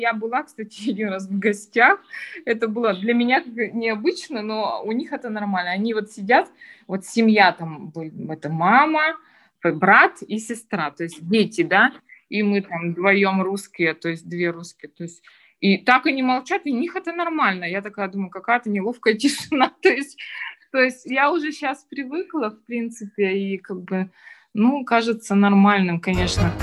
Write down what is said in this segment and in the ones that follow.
Я была, кстати, один раз в гостях. Это было для меня необычно, но у них это нормально. Они вот сидят, вот семья там, это мама, брат и сестра, то есть дети, да, и мы там вдвоем русские, то есть две русские, то есть и так они молчат, и у них это нормально. Я такая думаю, какая-то неловкая тишина. То есть я уже сейчас привыкла, в принципе, и как бы, ну, кажется нормальным, конечно.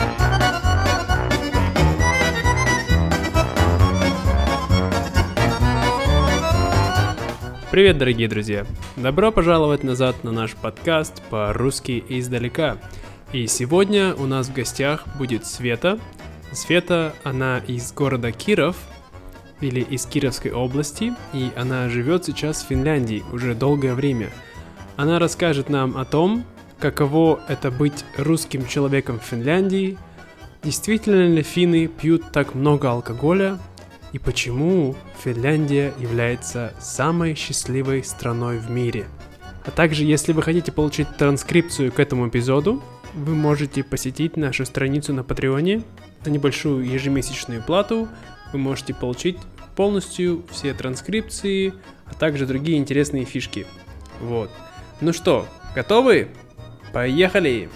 Привет, дорогие друзья! Добро пожаловать назад на наш подкаст по-русски издалека. И сегодня у нас в гостях будет Света. Света, она из города Киров, или из Кировской области, и она живет сейчас в Финляндии уже долгое время. Она расскажет нам о том, каково это быть русским человеком в Финляндии, действительно ли финны пьют так много алкоголя, и почему Финляндия является самой счастливой страной в мире. А также, если вы хотите получить транскрипцию к этому эпизоду, вы можете посетить нашу страницу на Патреоне. За небольшую ежемесячную плату вы можете получить полностью все транскрипции, а также другие интересные фишки. Вот. Ну что, готовы? Поехали!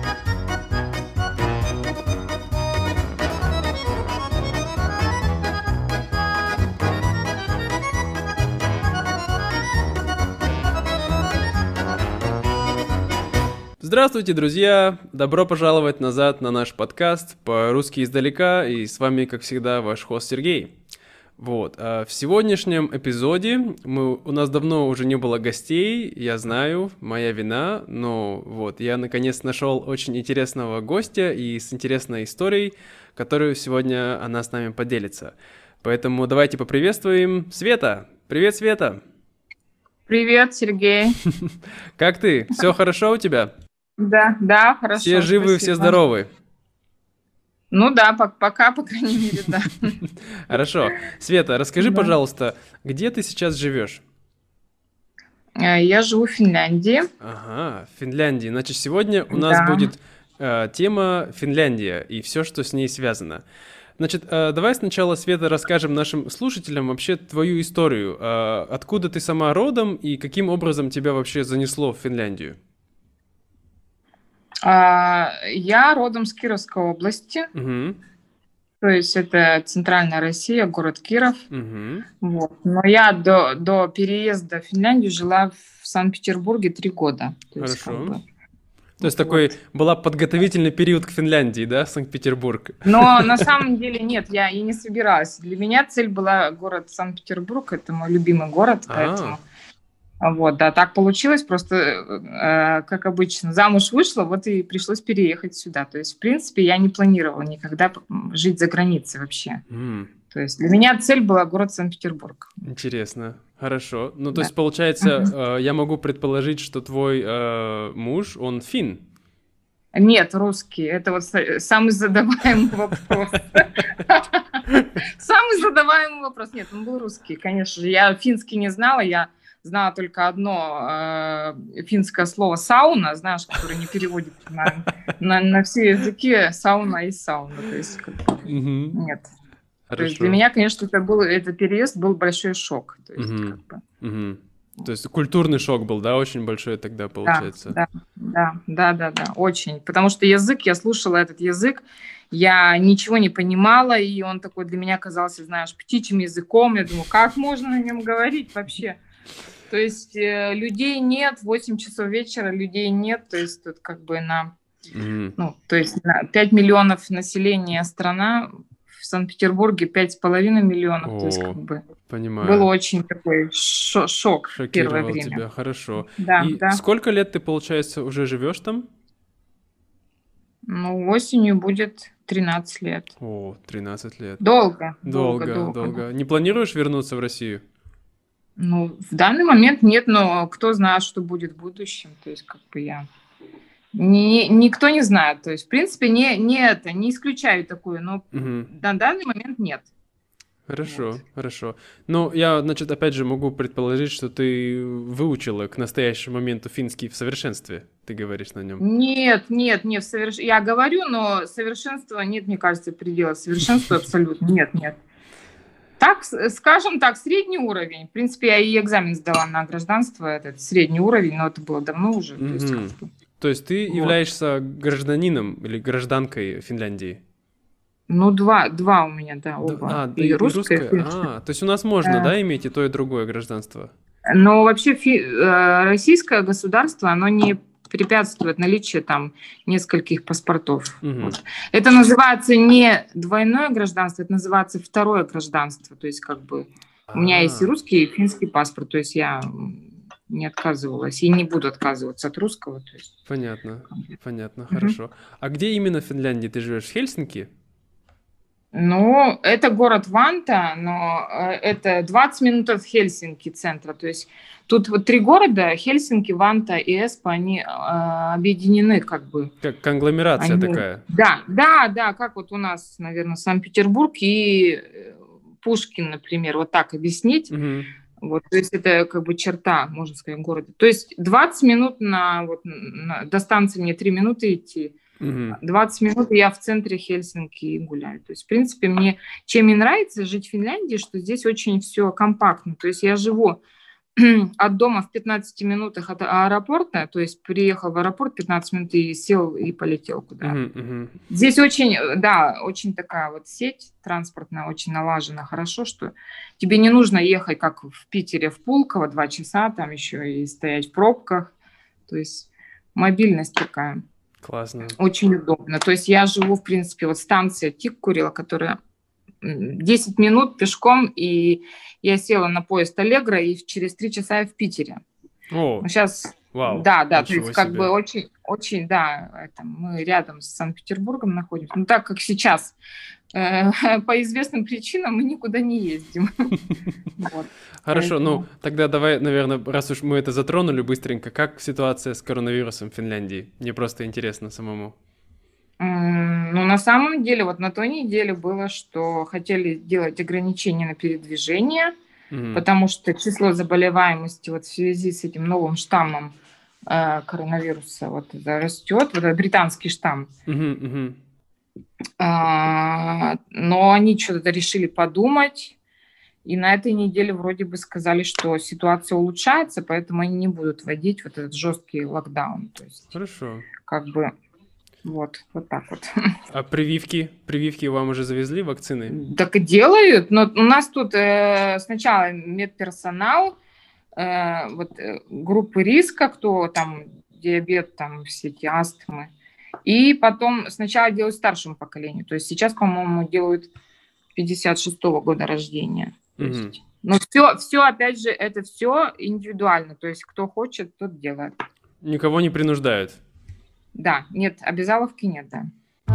Здравствуйте, друзья! Добро пожаловать назад на наш подкаст по-русски издалека, и с вами, как всегда, ваш хост Сергей. Вот, в сегодняшнем эпизоде у нас давно уже не было гостей, я знаю, моя вина, но вот, я наконец нашел очень интересного гостя и с интересной историей, которую сегодня она с нами поделится. Поэтому давайте поприветствуем Света! Привет, Света! Привет, Сергей! Как ты? Все хорошо у тебя? Да, хорошо. Все живы, спасибо. все здоровы. Ну да, пока, по крайней мере, да. Хорошо. Света, расскажи, Да. пожалуйста, где ты сейчас живешь? Я живу в Финляндии. Ага, в Финляндии. Значит, сегодня у нас Да. будет тема Финляндия и все, что с ней связано. Значит, давай сначала, Света, расскажем нашим слушателям вообще твою историю. Откуда ты сама родом и каким образом тебя вообще занесло в Финляндию? Я родом с Кировской области, Угу, то есть это центральная Россия, город Киров. угу. Вот. Но я до переезда в Финляндию жила в Санкт-Петербурге 3 года. То есть, как Хорошо. бы, То есть вот. такой была подготовительный период к Финляндии, да, Санкт-Петербург? Но на самом деле нет, я и не собиралась. Для меня цель была город Санкт-Петербург, это мой любимый город, поэтому... Вот, да, так получилось, просто, как обычно, замуж вышла, вот и пришлось переехать сюда. То есть, в принципе, я не планировала никогда жить за границей вообще. То есть для меня цель была город Санкт-Петербург. Интересно, хорошо. Ну, то Да. есть, получается, я могу предположить, что твой муж, он финн? Нет, русский. Это вот самый задаваемый вопрос. Самый задаваемый вопрос. Нет, он был русский, конечно же. Я финский не знала, я знала только одно финское слово «сауна», знаешь, которое не переводится на все языки. Сауна и сауна. То есть, нет. То есть для меня, конечно, этот переезд был большой шок. То есть, То есть культурный шок был, да, очень большой тогда, получается? Да, очень. Потому что я слушала этот язык, я ничего не понимала, и он такой для меня казался, знаешь, птичьим языком. Я думаю, как можно на нем говорить вообще? То есть людей нет, 8 часов вечера людей нет, то есть тут как бы то есть на 5 миллионов населения страна, в Санкт-Петербурге 5,5 миллионов, то есть как бы понимаю. был очень такой шок в первое Шокировал время. тебя, хорошо. Да. Сколько лет ты, получается, уже живешь там? Ну, осенью будет 13 лет. О, 13 лет. Долго. Не планируешь вернуться в Россию? Ну, в данный момент нет, но кто знает, что будет в будущем. То есть, как бы никто не знает. То есть, в принципе, не исключаю такое, но на данный момент нет. Хорошо. Ну, я, значит, опять же могу предположить, что ты выучила к настоящему моменту финский в совершенстве, ты говоришь на нем. Нет, я говорю, но совершенства нет, мне кажется, предела совершенства абсолютно. Нет. Так, скажем так, средний уровень. В принципе, я и экзамен сдала на гражданство, этот средний уровень, но это было давно уже. То есть, как Мгм. бы, То есть ты вот. являешься гражданином или гражданкой Финляндии? Ну, два у меня, да, оба. Да И и русское, и русское? финское. То есть у нас можно, Да. да, иметь и то, и другое гражданство? Но вообще российское государство, оно не препятствует наличию там нескольких паспортов. Мгм. Вот. Это называется не двойное гражданство, это называется второе гражданство. То есть как бы у меня есть и А, русский, и финский паспорт. То есть я не отказывалась и не буду отказываться от русского. То есть, понятно, как бы. понятно, Мгм. хорошо. А где именно в Финляндии ты живешь? В Хельсинки? Ну, это город Ванта, но это 20 минут от Хельсинки центра. То есть тут вот три города, Хельсинки, Ванта и Эспо, они объединены как бы. Как конгломерация Они, такая. да, как вот у нас, наверное, Санкт-Петербург и Пушкин, например, вот так объяснить. Мгм. Вот, то есть это как бы черта, можно сказать, города. То есть 20 минут до станции мне 3 минуты идти. Мгм. 20 минут и я в центре Хельсинки гуляю. То есть, в принципе, чем мне нравится жить в Финляндии, что здесь очень все компактно. То есть я живу от дома в 15 минутах от аэропорта, то есть приехал в аэропорт 15 минут и сел и полетел куда-то. Мгм. Мгм. Здесь очень, да, очень такая вот сеть транспортная, очень налажена, хорошо, что тебе не нужно ехать, как в Питере, в Пулково 2 часа, там еще и стоять в пробках. То есть мобильность такая. Классно. Очень удобно. То есть я живу, в принципе, вот станция Тиккурила, которая 10 минут пешком, и я села на поезд Аллегро, и через 3 часа я в Питере. О, Ну, сейчас, вау, да, то есть ничего как бы себе. очень, очень, да, мы рядом с Санкт-Петербургом находимся. Ну, так как сейчас по известным причинам мы никуда не ездим. Вот, Хорошо, ну поэтому. тогда давай, наверное, раз уж мы это затронули быстренько, как ситуация с коронавирусом в Финляндии? Мне просто интересно самому. Ну, на самом деле, вот на той неделе было, что хотели делать ограничения на передвижение, Мгм. потому что число заболеваемости вот в связи с этим новым штаммом коронавируса вот это растет, вот этот британский штамм. Мгм. Мгм. Но они что-то решили подумать, и на этой неделе вроде бы сказали, что ситуация улучшается, поэтому они не будут вводить вот этот жесткий локдаун. То есть Хорошо. как бы вот так вот. А прививки? Прививки вам уже завезли, вакцины? Так и делают, но у нас тут сначала медперсонал, группы риска, кто там диабет, там все эти астмы, и потом сначала делают старшему поколению. То есть сейчас, по-моему, делают 56-го года рождения. То Мгм. есть, но все, опять же, это все индивидуально. То есть кто хочет, тот делает. Никого не принуждают. Да, нет, обязаловки нет, да.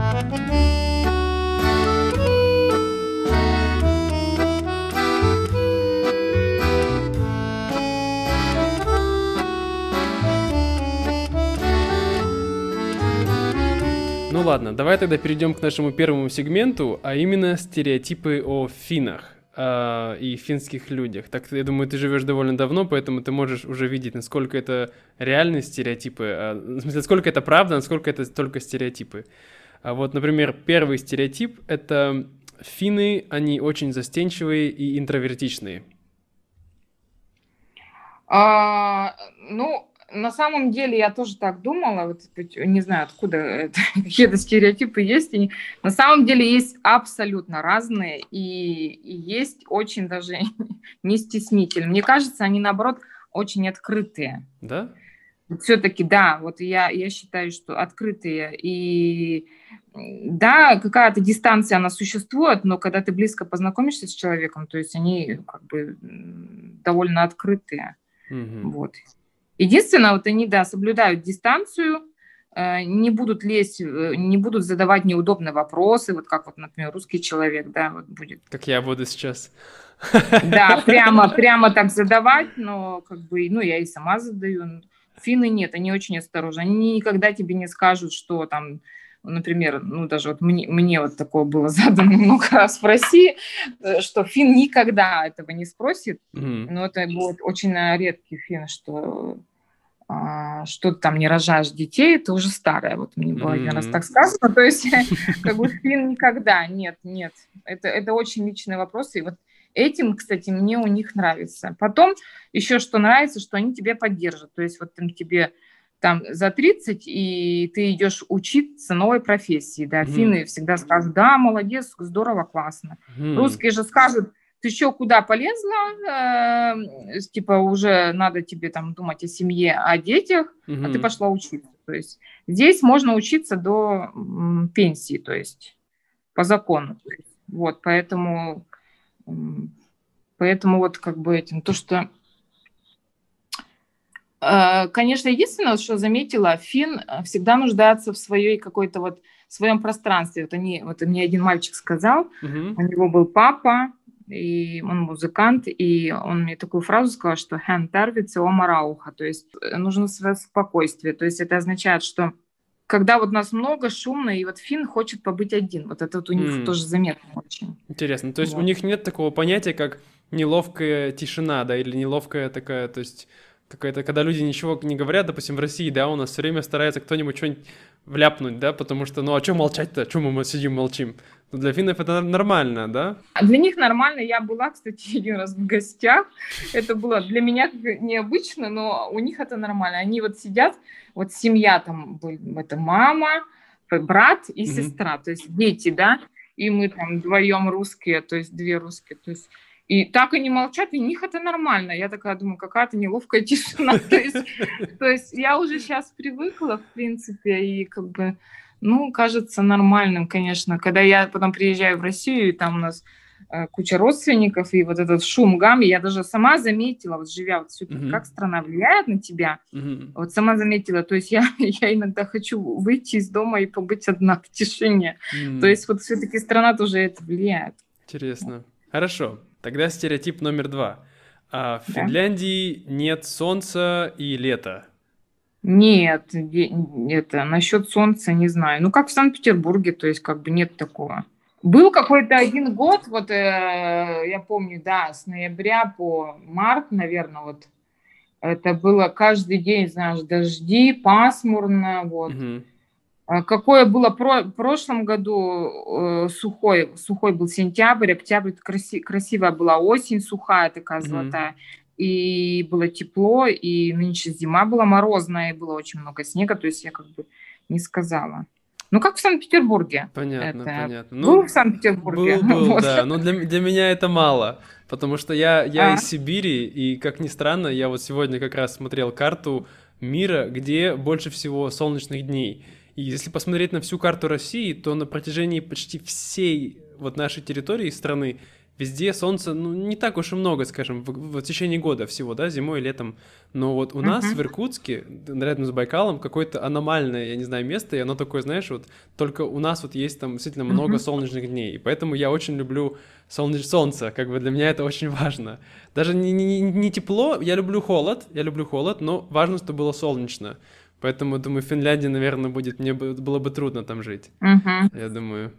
Ну ладно, давай тогда перейдем к нашему первому сегменту, а именно стереотипы о финнах и финских людях. Так, я думаю, ты живешь довольно давно, поэтому ты можешь уже видеть, насколько это реальные стереотипы, в смысле, насколько это правда, насколько это только стереотипы. А вот, например, первый стереотип — это финны, они очень застенчивые и интровертичные. Ну, на самом деле я тоже так думала, вот, не знаю, откуда какие-то стереотипы есть. На самом деле есть абсолютно разные, и есть очень даже не стеснительные. Мне кажется, они, наоборот, очень открытые. Да? Все-таки, да, вот я считаю, что открытые. И да, какая-то дистанция, она существует, но когда ты близко познакомишься с человеком, то есть они как бы довольно открытые. Мгм. Вот. Единственное, вот они, да, соблюдают дистанцию, не будут лезть, не будут задавать неудобные вопросы, вот как вот, например, русский человек, да, вот будет. Как я буду сейчас. Да, прямо так задавать, но как бы, ну, я и сама задаю. Финны нет, они очень осторожны. Они никогда тебе не скажут, что там, например, ну, даже вот мне вот такое было задано много раз в России, что фин никогда этого не спросит. Мгм. Но это будет очень редкий фин, что ты там не рожаешь детей, это уже старое. Вот мне было один раз так сказано. То есть, как бы фин никогда, нет. Это очень личный вопрос. И вот Этим, кстати, мне у них нравится. Потом еще что нравится, что они тебя поддержат. То есть вот там тебе там за 30, и ты идешь учиться новой профессии, да, Мгм. финны всегда скажут, да, молодец, здорово, классно. Мгм. Русские же скажут, ты еще куда полезла, типа уже надо тебе там думать о семье, о детях, а ты Мгм. пошла учиться. То есть здесь можно учиться до пенсии, то есть по закону. Вот, м, поэтому вот как бы этим, то, что конечно, единственное, вот что заметила, фин всегда нуждается в своей какой-то вот в своем пространстве. Вот мне один мальчик сказал, у Мгм. него был папа, и он музыкант, и он мне такую фразу сказал, что «хэн тарвице ома рауха», то есть нужно свое спокойствие. То есть это означает, что когда вот нас много, шумно, и вот фин хочет побыть один. Вот это вот у них М. тоже заметно очень. Интересно. То есть у Вот. них нет такого понятия, как неловкая тишина, да, или неловкая такая, то есть какая-то, когда люди ничего не говорят, допустим, в России, да, у нас все время старается кто-нибудь что-нибудь вляпнуть, да, потому что, ну, а что молчать-то? Что мы сидим молчим? Ну, для финнов это нормально, да? А для них нормально. Я была, кстати, один раз в гостях. Это было для меня необычно, но у них это нормально. Они вот сидят, вот семья там, это мама, брат и Мгм. сестра, то есть дети, да, и мы там вдвоем русские, то есть две русские, то есть и так они молчат, и у них это нормально. Я такая думаю, какая-то неловкая тишина. То есть я уже сейчас привыкла, в принципе, и как бы, ну, кажется нормальным, конечно. Когда я потом приезжаю в Россию, и там у нас куча родственников, и вот этот шум, гам, я даже сама заметила, вот живя вот все-таки, как Мгм. страна влияет на тебя, Мгм. вот сама заметила, то есть я, я иногда хочу выйти из дома и побыть одна в тишине. То М. есть вот все-таки страна тоже это влияет. Интересно. Хорошо. Тогда стереотип номер два. В Да? Финляндии нет солнца и лета. Нет, это насчет солнца не знаю. Ну, как в Санкт-Петербурге, то есть как бы нет такого. Был какой-то один год, вот я помню, да, с ноября по март, наверное, вот это было каждый день, знаешь, дожди, пасмурно, вот. Мгм. Какое было в прошлом году сухой был сентябрь, октябрь, красивая была осень, сухая такая Мгм. золотая, и было тепло, и нынче зима была морозная, и было очень много снега, то есть я как бы не сказала. Ну, как в Санкт-Петербурге. Понятно, Это понятно. был в Ну, Санкт-Петербурге, был, вот. да. Но для меня это мало, потому что я А, из Сибири, и, как ни странно, я вот сегодня как раз смотрел карту мира, где больше всего солнечных дней. И если посмотреть на всю карту России, то на протяжении почти всей вот нашей территории страны везде солнца, ну, не так уж и много, скажем, в течение года всего, да, зимой и летом. Но вот у нас в мгм, Иркутске, рядом с Байкалом, какое-то аномальное, я не знаю, место, и оно такое, знаешь, вот только у нас вот есть там действительно много мгм. солнечных дней, и поэтому я очень люблю солнце, как бы для меня это очень важно. Даже не тепло, я люблю холод, но важно, чтобы было солнечно. Поэтому, думаю, в Финляндии, наверное, было бы трудно там жить, Мгм. я думаю.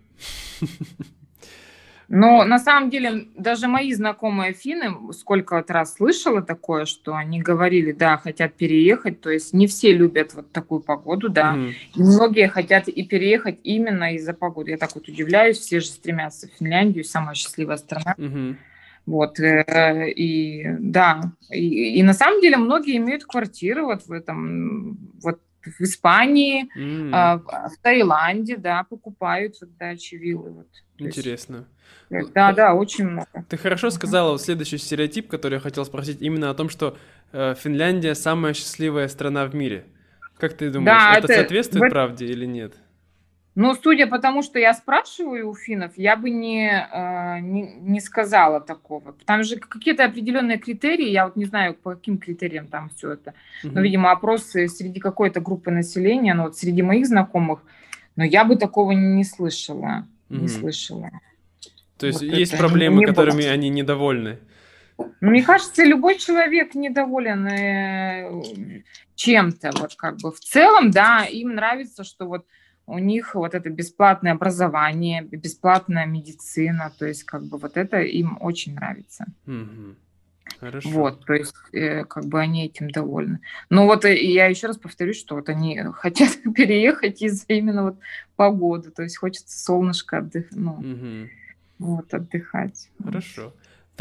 Но на самом деле даже мои знакомые финны, сколько вот раз слышала такое, что они говорили, да, хотят переехать, то есть не все любят вот такую погоду, да, Мгм. и многие хотят и переехать именно из-за погоды. Я так вот удивляюсь, все же стремятся в Финляндию, самая счастливая страна. Мгм. Вот, и да, и на самом деле многие имеют квартиры вот в этом, вот в Испании, М. в Таиланде, да, покупают вот дачи, виллы, вот, то есть Интересно. да-да, очень много. Ты хорошо Мгм. сказала вот следующий стереотип, который я хотел спросить, именно о том, что Финляндия самая счастливая страна в мире. Как ты думаешь, Да, это это соответствует правде или нет? ну, судя по тому, что я спрашиваю у финнов, я бы не сказала такого. Там же какие-то определенные критерии, я вот не знаю, по каким критериям там все это. Но, Мгм. видимо, опросы среди какой-то группы населения, но вот среди моих знакомых, но я бы такого не слышала. Не Мгм. слышала. То есть Вот есть это проблемы, не было. которыми они недовольны. Но мне кажется, любой человек недоволен чем-то. Вот как бы в целом, да, им нравится, что вот у них вот это бесплатное образование, бесплатная медицина, то есть как бы вот это им очень нравится. Мгм. Хорошо. Вот, то есть как бы они этим довольны. Но вот я еще раз повторюсь, что вот они хотят переехать из-за именно вот погоды, то есть хочется солнышко ну, Мгм. вот, отдыхать. Вот. Хорошо.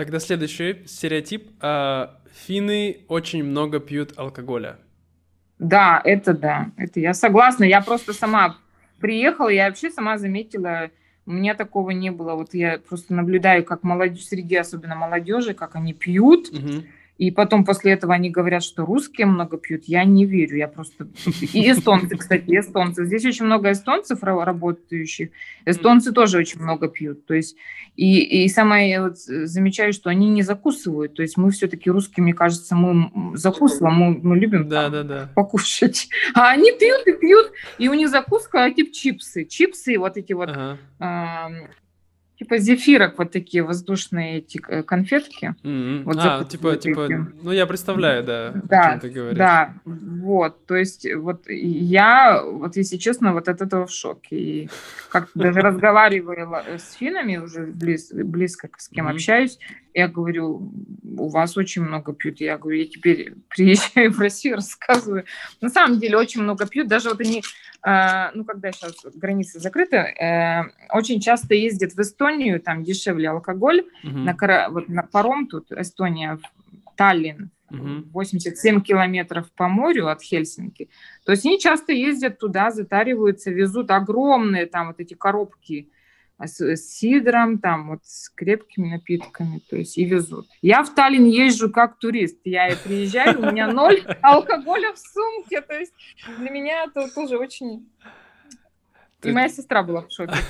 Тогда следующий стереотип. Финны очень много пьют алкоголя. Да, это я согласна. Я просто сама приехала, я вообще сама заметила, у меня такого не было. Вот я просто наблюдаю, как молодежь, среди особенно молодежи, как они пьют. Мгм. И потом после этого они говорят, что русские много пьют. Я не верю. Я просто... И эстонцы, кстати, эстонцы. Здесь очень много эстонцев работающих. Эстонцы тоже очень много пьют. То есть, и самое я вот замечаю, что они не закусывают. То есть мы все-таки русские, мне кажется, мы закусываем, мы любим там Да-да-да. покушать. А они пьют, и у них закуска типа чипсы. Чипсы, вот эти вот... Ага. Типа зефирок, вот такие воздушные эти конфетки. Вот Типа, ну я представляю, да, о чем Да, ты говоришь. да, вот, то есть вот я, вот если честно, вот от этого в шоке. И как-то даже разговаривала с финнами, уже близко с кем Мгм. общаюсь, я говорю, у вас очень много пьют. Я говорю, я теперь приезжаю в Россию, рассказываю. На самом деле очень много пьют. Даже вот они, ну, когда сейчас границы закрыты, очень часто ездят в Эстонию, там дешевле алкоголь. Мгм. Вот на паром тут Эстония, Таллин, Мгм. 87 километров по морю от Хельсинки. То есть они часто ездят туда, затариваются, везут огромные там вот эти коробки с сидром, там вот с крепкими напитками, то есть и везут. Я в Таллин езжу как турист. Я приезжаю, у меня 0 алкоголя в сумке. То есть для меня это тоже очень... И моя сестра была в шоке.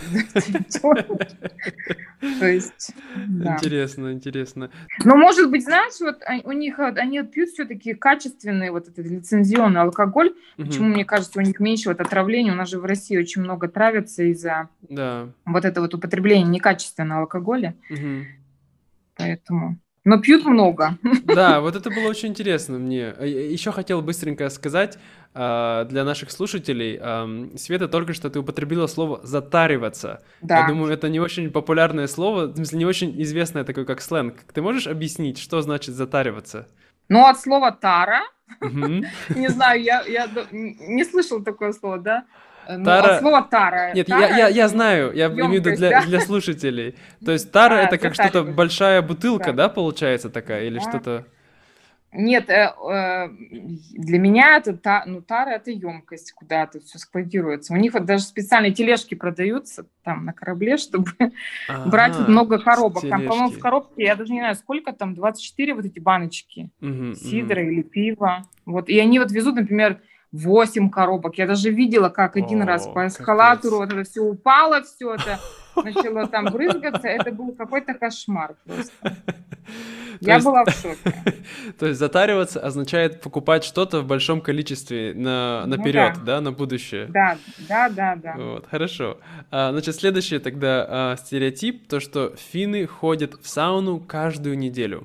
То есть, да. Интересно. Ну, может быть, знаешь, вот у них, они пьют все-таки качественный вот этот лицензионный алкоголь. Почему, Мгм. мне кажется, у них меньше вот отравлений. У нас же в России очень много травятся из-за Да. вот этого вот употребления некачественного алкоголя. Мгм. Поэтому... Но пьют много. Да, вот это было очень интересно мне. Еще хотел быстренько сказать для наших слушателей. Света, только что ты употребила слово «затариваться». Я Да. думаю, это не очень популярное слово, в смысле, не очень известное такое, как сленг. Ты можешь объяснить, что значит «затариваться»? Ну, от слова «тара». Мгм. Не знаю, я не слышала такое слово, да? Ну, от Тара... слова «тара». Нет, «Тара» — я это, знаю, ну, я имею в виду емкость, да? для слушателей. То есть тара это как что-то Затаривать. большая бутылка, Да. да, получается такая, или Да. что-то... Нет, для меня это тара это емкость, куда это все складируется. У них вот даже специальные тележки продаются там на корабле, чтобы брать вот Ага, много коробок. Там, по-моему, в тележки. коробке, я даже не знаю, сколько там, 24 вот эти баночки Мгм. сидра или пива. Вот, и они вот везут, например, 8 коробок. Я даже видела, как один раз О, по эскалатору капец. вот это все упало, все это начало там брызгаться. Это был какой-то кошмар просто. То Я есть, была в шоке. то есть затариваться означает покупать что-то в большом количестве Ну наперед, да. да, на будущее. Да. Вот, хорошо. Значит, следующий тогда стереотип, то, что финны ходят в сауну каждую неделю.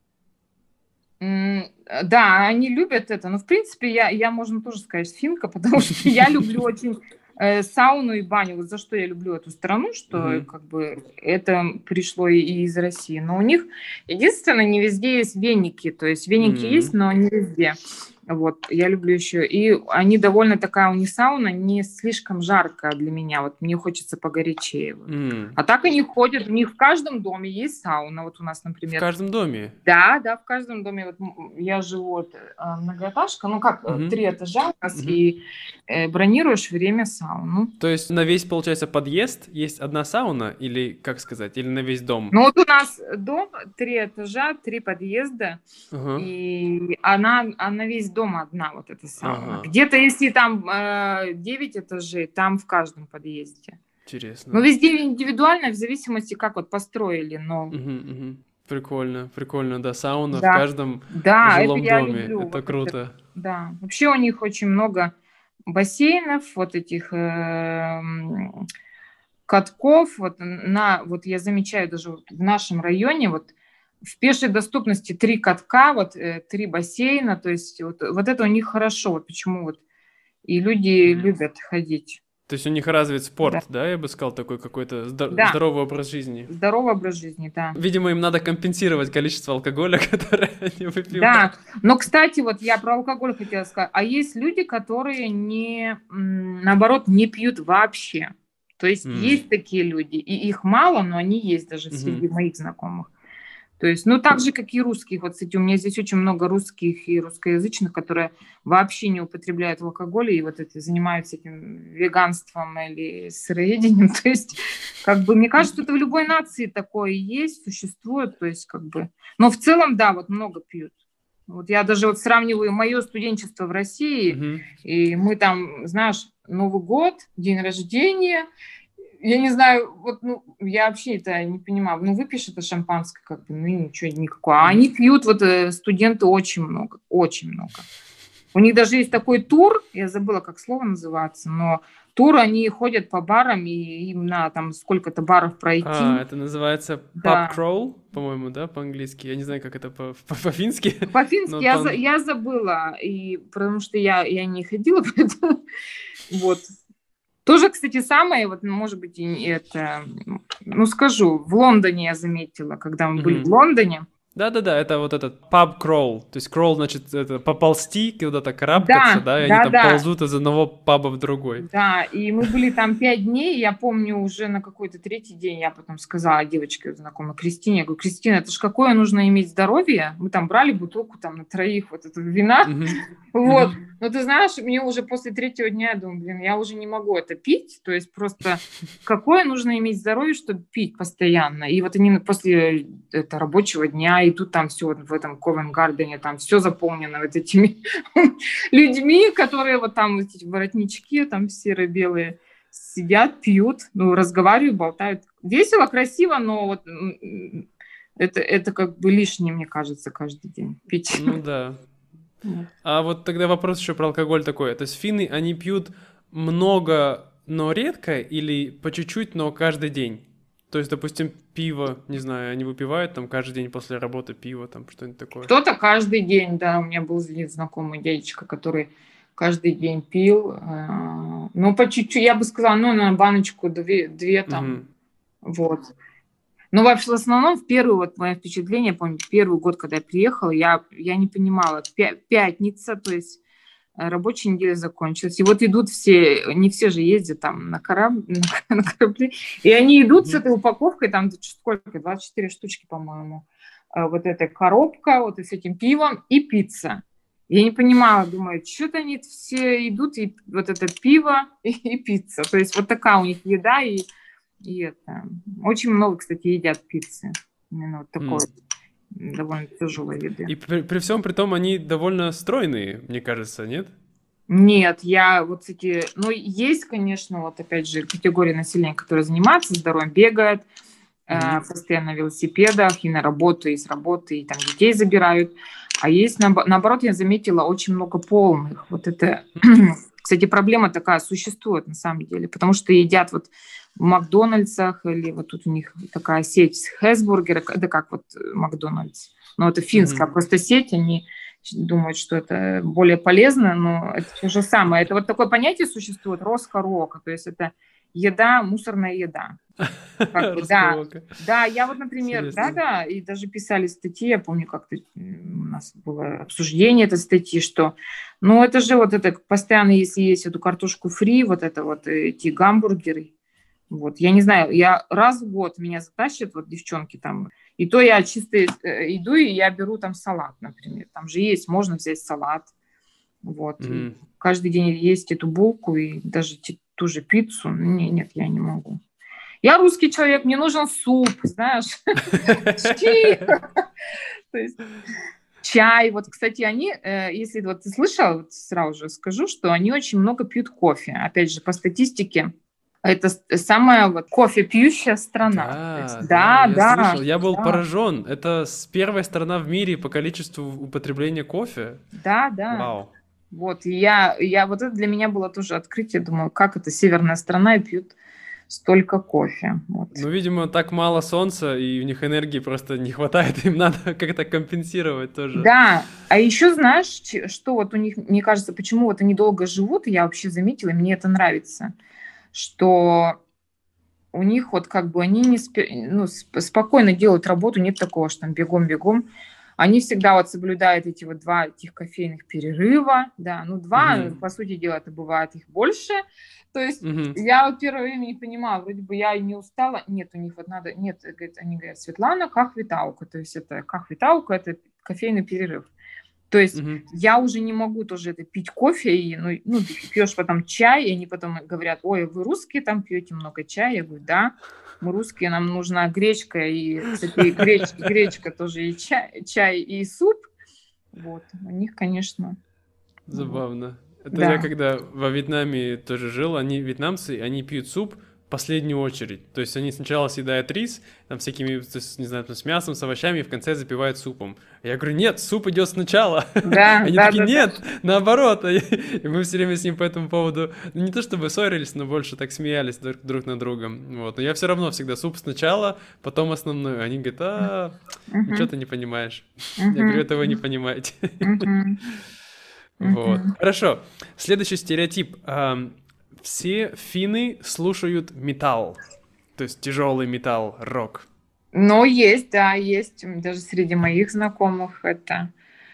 Да, они любят это. Но, в принципе, я можно тоже сказать, финка, потому что я люблю очень сауну и баню. Вот за что я люблю эту страну, что Мгм. как бы это пришло и из России. Но у них единственное, не везде есть веники. То есть веники есть, М. но не везде. Вот, я люблю еще. И они довольно такая, у них сауна не слишком жаркая для меня. Вот мне хочется погорячее. Вот. М. А так они ходят, у них в каждом доме есть сауна. Вот у нас, В например, каждом доме. да, в каждом доме. Вот я живу, вот, многоэтажка, ну как, Мгм. 3 этажа у нас, Мгм. и бронируешь время сауну. То есть на весь, получается, подъезд есть одна сауна, или, как сказать, или на весь дом? Ну вот у нас дом, 3 этажа, 3 подъезда, Ага, и она весь дом одна, вот эта сауна. ага, Где-то, если там 9 этажей, там в каждом подъезде. Ну, интересно. везде индивидуально, в зависимости, как вот построили, но Мгм. Прикольно, да, сауна в да, каждом да, это жилом я доме, люблю, это вот это, круто. да. Вообще у них очень много бассейнов, вот этих катков, вот я замечаю даже вот в нашем районе, вот в пешей доступности 3 катка, вот 3 бассейна, то есть вот это у них хорошо, вот почему вот и люди любят ходить, То есть у них развит да, спорт, да, я бы сказал, такой какой-то да, здоровый образ жизни. здоровый образ жизни, да. Видимо, им надо компенсировать количество алкоголя, которое они выпивают. Да, но, кстати, вот я про алкоголь хотела сказать. А есть люди, которые наоборот, не пьют вообще. То есть М. есть такие люди, и их мало, но они есть даже Мгм. среди моих знакомых. То есть, ну, так же, как и русских. Вот, кстати, у меня здесь очень много русских и русскоязычных, которые вообще не употребляют алкоголь и вот это занимаются этим веганством или сыроедением. То есть, как бы, мне кажется, это в любой нации такое есть, существует. То есть, как бы... Но в целом, да, вот много пьют. Вот я даже вот сравниваю мое студенчество в России, и мы там, знаешь, Новый год, день рождения, я не знаю, вот, ну, я вообще это не понимаю. Ну, выпьешь это шампанское, как бы, ну, и ничего, никакого. А они пьют, вот, студенты очень много, очень много. У них даже есть такой тур, я забыла, как слово называется, но тур, они ходят по барам, и им на там сколько-то баров пройти. Это называется pub Да. crawl, по-моему, да, по-английски. Я не знаю, как это по-фински. По-фински я забыла, и потому что я не ходила, поэтому вот. Тоже, кстати, самое, вот, может быть, и это, ну, скажу, в Лондоне я заметила, когда мы были в Лондоне. Да-да-да, это вот этот pub crawl. То есть crawl, значит, это поползти, куда-то карабкаться, да, и они там ползут из одного паба в другой. Да, и мы были там 5 дней, я помню, уже на какой-то 3-й день я потом сказала девочке знакомой Кристине, я говорю, Кристина, это ж какое нужно иметь здоровье? Мы там брали бутылку там на 3 вот этого вина, вот. Но ты знаешь, мне уже после 3-го дня, я думаю, блин, я уже не могу это пить, то есть просто какое нужно иметь здоровье, чтобы пить постоянно. И вот они после рабочего дня идут там все в этом Ковент-Гардене, там все заполнено вот этими людьми, которые вот там эти воротнички там серо-белые сидят, пьют, ну, разговаривают, болтают. Весело, красиво, но вот это как бы лишнее, мне кажется, каждый день пить. Ну да. А вот тогда вопрос еще про алкоголь такой. То есть финны, они пьют много, но редко, или по чуть-чуть, но каждый день? То есть, допустим, пиво, не знаю, они выпивают там каждый день после работы пиво, там что-нибудь такое? Кто-то каждый день, да. У меня был знакомый дядечка, который каждый день пил. Ну, по чуть-чуть, я бы сказала, ну, на баночку, две там, вот. Ну, вообще, в основном, в первое вот мое впечатление, помню, первый год, когда я приехала, я не понимала, пятница, то есть рабочая неделя закончилась. И вот идут все, не все же ездят там на корабле, и они идут с этой упаковкой, там сколько, 24 штучки, по-моему, вот эта коробка, вот с этим пивом и пицца. Я не понимала, думаю, что-то они все идут, и вот это пиво и пицца. То есть вот такая у них еда, и это. Очень много, кстати, едят пиццы. Именно вот такой довольно тяжелой еды. И при всем при том они довольно стройные, мне кажется, нет? Нет, я вот эти... Ну, есть, конечно, вот опять же категория населения, которая занимается здоровьем, бегает постоянно на велосипедах, и на работу, и с работы, и там детей забирают. А есть, наоборот, я заметила очень много полных. Вот это... Кстати, проблема такая существует на самом деле, потому что едят вот в Макдональдсах, или вот тут у них такая сеть Хэсбургер, это как вот Макдональдс, но это финская просто сеть, они думают, что это более полезно, но это то же самое. Это вот такое понятие существует, роскорока, то есть это еда, мусорная еда. Да, я вот, например, да, и даже писали статьи, я помню, как-то у нас было обсуждение этой статьи, что, ну, это же вот это постоянно, если есть эту картошку фри, вот это вот эти гамбургеры, вот, я не знаю, я раз в год меня затащат, вот девчонки там, и то я чисто иду, и я беру там салат, например, там же есть, можно взять салат, вот, и каждый день есть эту булку, и даже ту же пиццу, нет, я не могу. Я русский человек, мне нужен суп, знаешь, чай. Вот, кстати, они, если вот ты слышал, вот сразу же скажу, что они очень много пьют кофе. Опять же, по статистике, это самая вот кофе-пьющая страна. Да, я слышал, я был поражен. Это первая страна в мире по количеству употребления кофе. Да. Вау. Вот, и я вот это для меня было тоже открытие. Думаю, как это северная страна и пьют столько кофе. Вот. Ну, видимо, так мало солнца, и у них энергии просто не хватает, им надо как-то компенсировать тоже. Да, а еще знаешь, что вот у них, мне кажется, почему вот они долго живут, я вообще заметила, и мне это нравится, что у них вот как бы они спокойно делают работу, нет такого, что там бегом-бегом. Они всегда вот соблюдают эти вот 2 этих кофейных перерыва, да, ну 2, по сути дела, это бывает их больше. То есть я вот первое время не понимала, вроде бы я и не устала. Нет, у них вот надо, нет, говорит, они говорят, Светлана, кахвитаука, то есть это кахвитаука, это кофейный перерыв. То есть я уже не могу тоже это пить кофе, и, ну, пьешь потом чай, и они потом говорят, ой, вы русские там пьете много чая? Я говорю, да, мы русские, нам нужна гречка, и, кстати, гречка тоже и чай, и суп. Вот, у них, конечно. Забавно. Это Да. я когда во Вьетнаме тоже жил, они вьетнамцы, они пьют суп в последнюю очередь. То есть они сначала съедают рис, там всякими, то есть, не знаю, там, с мясом, с овощами, и в конце запивают супом. Я говорю, нет, суп идет сначала. Да, Они да, такие, да, нет, наоборот. И мы все время с ним по этому поводу, ну, не то чтобы ссорились, но больше так смеялись друг над другом. Вот. Но я все равно всегда суп сначала, потом основной. Они говорят, ничего ты не понимаешь. Я говорю, это вы не понимаете. Вот. Хорошо. Следующий стереотип. Все финны слушают металл, то есть тяжелый металл, рок. Ну, есть, да, есть. Даже среди моих знакомых это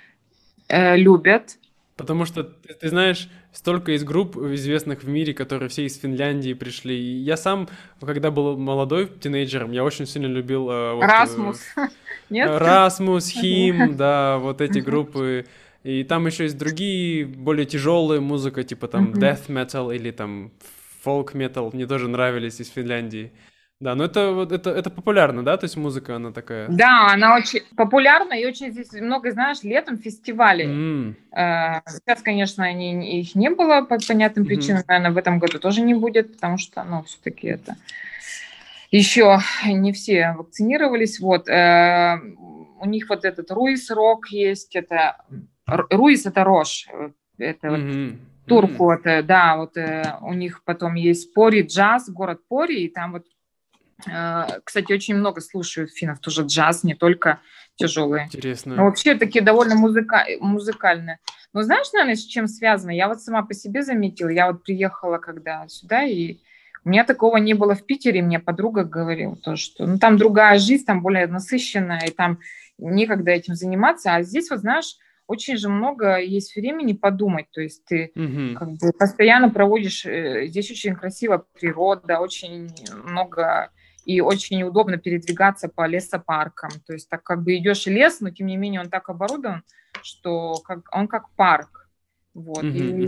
любят. Потому что, ты знаешь, столько из групп известных в мире, которые все из Финляндии пришли. И я сам, когда был молодой тинейджером, я очень сильно любил... Расмус. Нет? Расмус, Хим, да, вот эти группы. И там еще есть другие, более тяжелые музыка, типа там death metal или там folk metal. Мне тоже нравились из Финляндии. Да, но это популярно, да? То есть музыка, она такая... Да, она очень популярна, и очень здесь много, знаешь, летом фестивалей. Сейчас, конечно, их не было по понятным причинам, наверное, в этом году тоже не будет, потому что, ну, все-таки это еще не все вакцинировались. Вот. У них вот этот Руис Рок есть, это... Руис — это рожь, это вот турку, это, да, вот у них потом есть Пори джаз, город Пори, и там вот, кстати, очень много слушают финнов тоже джаз, не только тяжелые. Интересно. Но вообще такие довольно музыкальные. Но знаешь, наверное, с чем связано? Я вот сама по себе заметила, я вот приехала когда сюда, и у меня такого не было в Питере, мне подруга говорила то, что ну, там другая жизнь, там более насыщенная, и там некогда этим заниматься, а здесь вот, знаешь, очень же много есть времени подумать, то есть ты как бы постоянно проводишь, здесь очень красивая природа, очень много и очень удобно передвигаться по лесопаркам, то есть так как бы идешь в лес, но тем не менее он так оборудован, что он как парк, вот,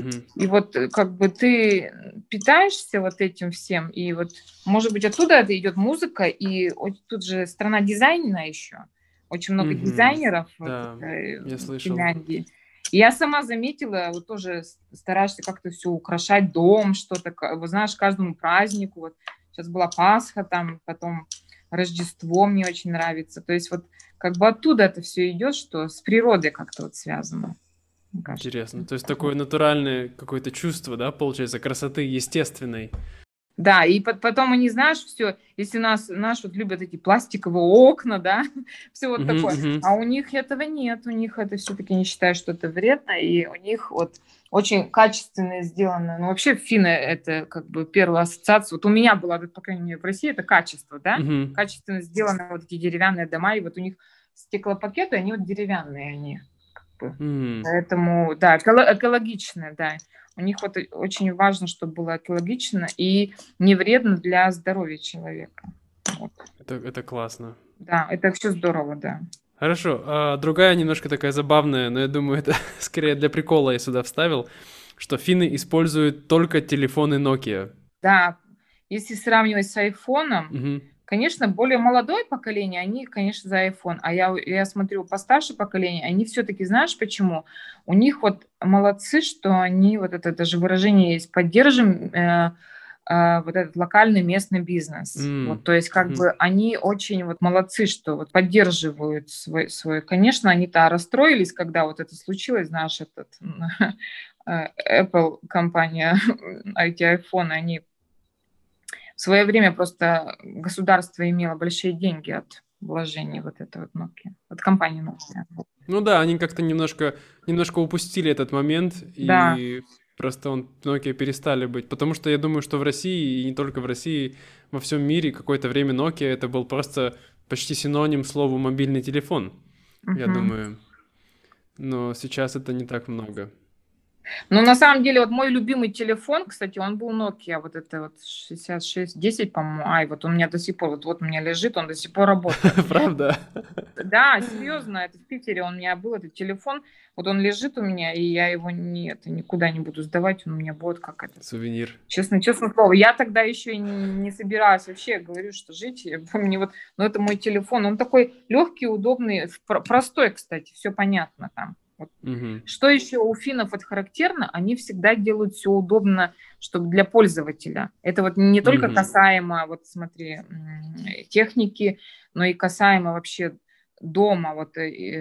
и вот как бы ты питаешься вот этим всем, и вот может быть оттуда это идет музыка, и тут же страна дизайна еще. Очень много дизайнеров да, в Финляндии. И я сама заметила, вот тоже стараешься как-то все украшать, дом, что-то, вот знаешь, каждому празднику. Вот сейчас была Пасха, там, потом Рождество мне очень нравится. То есть вот как бы оттуда это все идет, что с природой как-то вот связано. Интересно. То есть такое натуральное какое-то чувство, да, получается, красоты естественной. Да, и потом они, знаешь, все, если нас вот любят эти пластиковые окна, да, все вот такое, а у них этого нет, у них это все-таки не считают, что это вредно, и у них вот очень качественно сделано. Ну, вообще финны это как бы первая ассоциация. Вот у меня была, по крайней мере, в России, это качество, да, качественно сделаны вот эти деревянные дома, и вот у них стеклопакеты, они вот деревянные, они как бы. Поэтому, да, экологичные, да. У них вот очень важно, чтобы было экологично и не вредно для здоровья человека. Вот. Это классно. Да, это все здорово, да. Хорошо. Другая немножко такая забавная, но я думаю, это скорее для прикола я сюда вставил, что финны используют только телефоны Nokia. Да, если сравнивать с айфоном, конечно, более молодое поколение, они, конечно, за iPhone. А я смотрю, постарше поколение, они все-таки, знаешь почему? У них вот молодцы, что они, вот это даже выражение есть, поддержим вот этот локальный местный бизнес. Вот, то есть как бы они очень вот молодцы, что вот поддерживают свой. Конечно, они-то расстроились, когда вот это случилось, знаешь, Apple компания, эти iPhone, они в свое время просто государство имело большие деньги от вложений вот этой вот Nokia, от компании Nokia. Ну да, они как-то немножко упустили этот момент, да. И просто Nokia перестали быть. Потому что я думаю, что в России, и не только в России, во всем мире какое-то время Nokia это был просто почти синоним слову мобильный телефон. я думаю. Но сейчас это не так много. Ну, на самом деле, вот мой любимый телефон, кстати, он был Nokia, вот это вот 6610, по-моему. Ай, вот у меня до сих пор, вот у меня лежит, он до сих пор работает. Правда? Да, серьезно, это в Питере у меня был этот телефон, вот он лежит у меня, и я его никуда не буду сдавать, он у меня будет как это. Сувенир. Честно слово, я тогда еще и не собиралась вообще, говорю, что жить, мне вот, ну это мой телефон, он такой легкий, удобный, простой, кстати, все понятно там. Вот. Что еще у финнов вот характерно, они всегда делают все удобно, чтобы для пользователя. Это вот не только касаемо, вот смотри, техники, но и касаемо вообще дома. Вот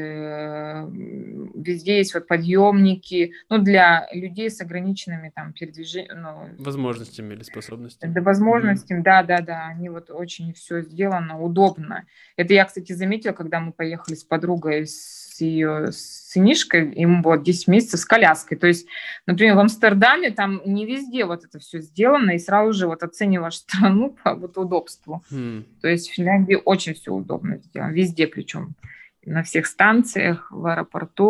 везде есть вот подъемники, ну для людей с ограниченными там передвижениями, ну, возможностями или способностями. Да, возможностями, да, они вот очень все сделано удобно. Это я, кстати, заметила, когда мы поехали с подругой, с ее сынишкой, ему было 10 месяцев, с коляской. То есть, например, в Амстердаме там не везде вот это все сделано, и сразу же вот оцениваешь страну по вот удобству. То есть в Финляндии очень все удобно сделано, везде причем, на всех станциях, в аэропорту,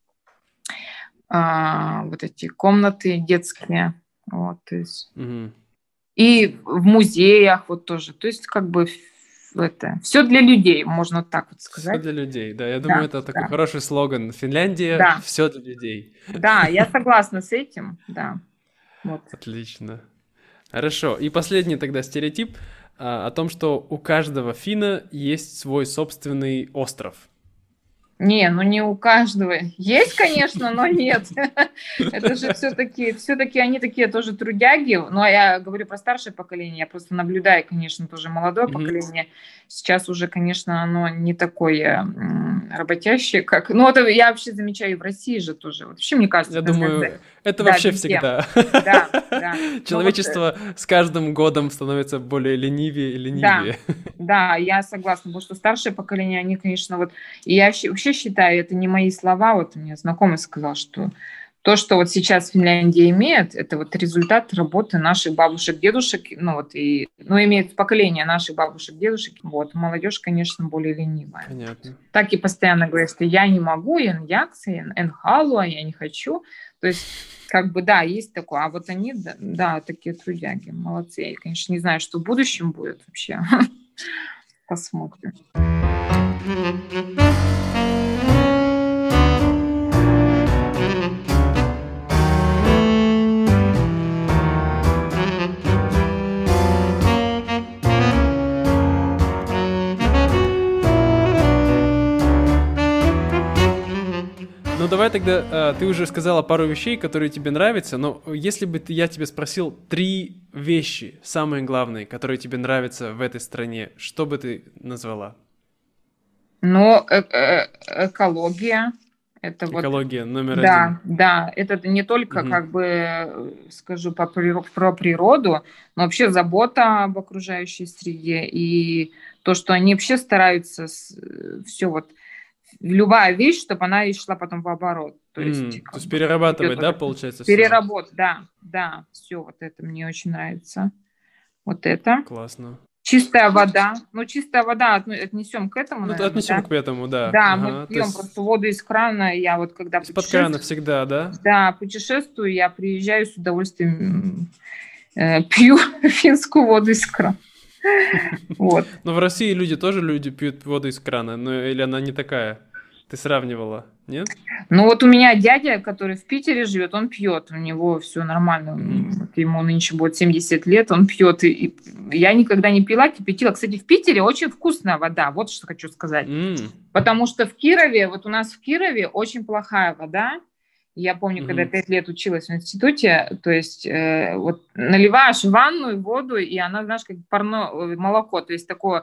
вот эти комнаты детские, вот, то есть... И в музеях вот тоже. То есть как бы это все для людей, можно вот так вот сказать. Все для людей, да. Я думаю, это такой хороший слоган. Финляндия все для людей. Да, я согласна с этим, да. Вот. Отлично. Хорошо. И последний тогда стереотип о том, что у каждого финна есть свой собственный остров. Не, ну не у каждого. Есть, конечно, но нет. Это же все-таки они такие тоже трудяги. Ну, а я говорю про старшее поколение. Я просто наблюдаю, конечно, тоже молодое поколение. Сейчас уже, конечно, оно не такое работящее, как... Ну, это я вообще замечаю и в России же тоже. Вот вообще, мне кажется... Я думаю, это вообще всегда. Да. Человечество с каждым годом становится более ленивее и ленивее. Да, я согласна, потому что старшее поколение, они, конечно, вот... И я вообще считаю, это не мои слова, вот мне знакомый сказал, что то, что вот сейчас Финляндия имеет, это вот результат работы наших бабушек, дедушек, имеет поколение наших бабушек, дедушек. Вот, молодежь, конечно, более ленивая. Понятно. Так и постоянно говорят, что я не могу, я халу, я не хочу. То есть, как бы, да, есть такое. А вот они, да, такие трудяги, молодцы. Я, конечно, не знаю, что в будущем будет вообще. Посмотрим. Ну, давай тогда, ты уже сказала пару вещей, которые тебе нравятся, но если бы я тебе спросил 3 вещи, самые главные, которые тебе нравятся в этой стране, что бы ты назвала? Ну, экология. Это экология номер один. Да, это не только, как бы, скажу, про природу, но вообще забота об окружающей среде и то, что они вообще стараются все вот, любая вещь, чтобы она и шла потом в оборот. То есть перерабатывать, да, получается? Переработать, да, все вот это мне очень нравится. Вот это. Классно. Чистая вода. Ну, чистая вода отнесем к этому, наверное, отнесем к этому, да. Да, мы пьем просто воду из крана. Я вот когда из-под крана всегда, да? Да, путешествую, я приезжаю с удовольствием, пью финскую воду из крана. Вот. Но в России люди пьют воду из крана, или она не такая? Ты сравнивала, нет? Ну вот у меня дядя, который в Питере живет, он пьет, у него все нормально, ему нынче будет 70 лет, он пьет, и я никогда не пила, кипятила. Кстати, в Питере очень вкусная вода, вот что хочу сказать, потому что в Кирове, вот у нас в Кирове очень плохая вода. Я помню, когда 5 лет училась в институте, то есть вот наливаешь в ванную воду, и она, знаешь, как парное молоко, то есть такое.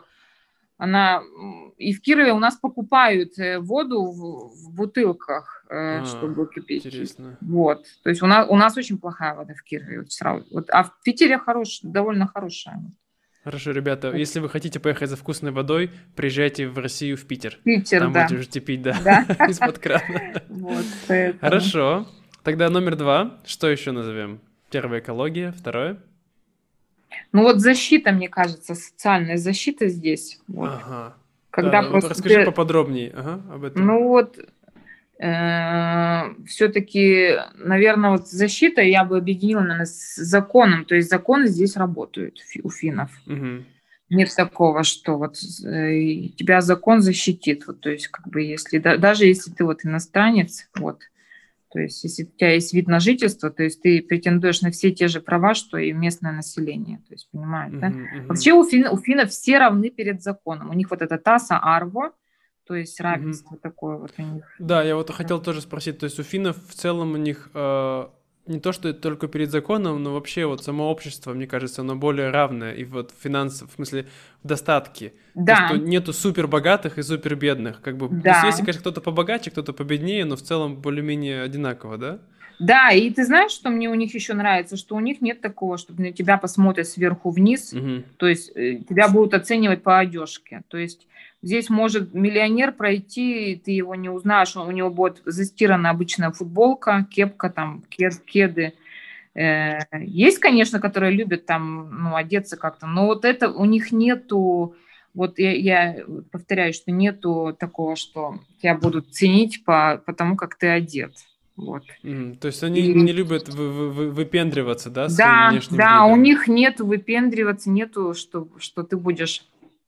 И в Кирове у нас покупают воду в бутылках, чтобы кипятить. Интересно. Вот. То есть у нас очень плохая вода в Кирове. Вот сразу. А в Питере довольно хорошая. Хорошо, ребята, если вы хотите поехать за вкусной водой, приезжайте в Россию, в Питер. Там можете пить, да. Из-под крана. Вот, хорошо. Тогда номер 2. Что еще назовем? Первая экология, второе. Ну вот защита, мне кажется, социальная защита здесь. Вот. Ага. когда Да, вот просто расскажи поподробнее, ага, об этом. ну вот, все-таки, наверное, вот защита я бы объединила, наверное, с законом. То есть законы здесь работают у финнов. Мгм. Нет такого, что вот тебя закон защитит. Вот, то есть, как бы, если даже если ты вот иностранец, вот, то есть, если у тебя есть вид на жительство, то есть ты претендуешь на все те же права, что и местное население. То есть, понимаешь, да? Мгм, мгм, Вообще у финнов все равны перед законом. У них вот это таса арво, то есть мгм. равенство такое вот у них. Да, я вот хотел тоже спросить, то есть у финнов в целом у них не то, что это только перед законом, но вообще вот само общество, мне кажется, оно более равное и вот в смысле в достатке. То, что Да, нету супер богатых и супер бедных, как бы, то есть есть, да. конечно, кто-то побогаче, кто-то победнее, но в целом более-менее одинаково, да? Да, и ты знаешь, что мне у них еще нравится, что у них нет такого, чтобы на тебя посмотрят сверху вниз, Мгм. то есть тебя будут оценивать по одежке. То есть здесь может миллионер пройти, и ты его не узнаешь, у него будет застирана обычная футболка, кепка, там, кеды. Есть, конечно, которые любят там, ну, одеться как-то, но вот это у них нету, вот я повторяю, что нету такого, что тебя будут ценить по тому, как ты одет. Вот. Мгм. То есть они И не любят выпендриваться, да, своим да, внешним да, у видом. них нету выпендриваться, нету, что ты будешь,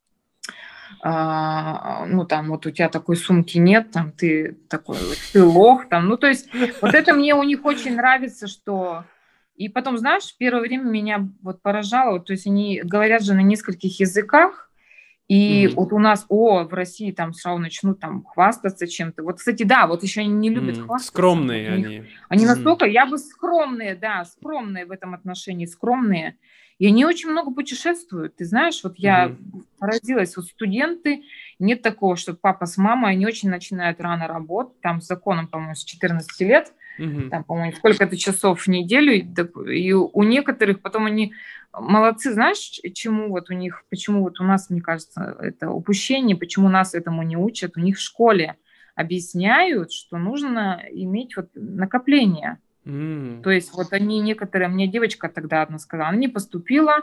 ну, там, вот у тебя такой сумки нет, там, ты такой, вот, ты лох, там, ну, то есть, вот это мне у них очень нравится, что... И потом, знаешь, в первое время меня вот поражало, вот, то есть они говорят же на нескольких языках, и Мгм. вот у нас, в России там сразу начнут там хвастаться чем-то. Вот, кстати, да, вот еще они не любят хвастаться. Вот Скромные у них они. они Мгм. настолько, я бы скромные, да, скромные в этом отношении, скромные. И они очень много путешествуют. Ты знаешь, вот я Мгм. поразилась, вот студенты, нет такого, что папа с мамой, они очень начинают рано работать, там с законом, по-моему, с 14 лет, Мгм. там, по-моему, сколько-то часов в неделю, и у некоторых потом они молодцы, знаешь, чему вот у них, почему вот у нас, мне кажется, это упущение, почему нас этому не учат, у них в школе объясняют, что нужно иметь вот накопление. М. То есть вот они некоторые, мне девочка тогда одна сказала, она не поступила,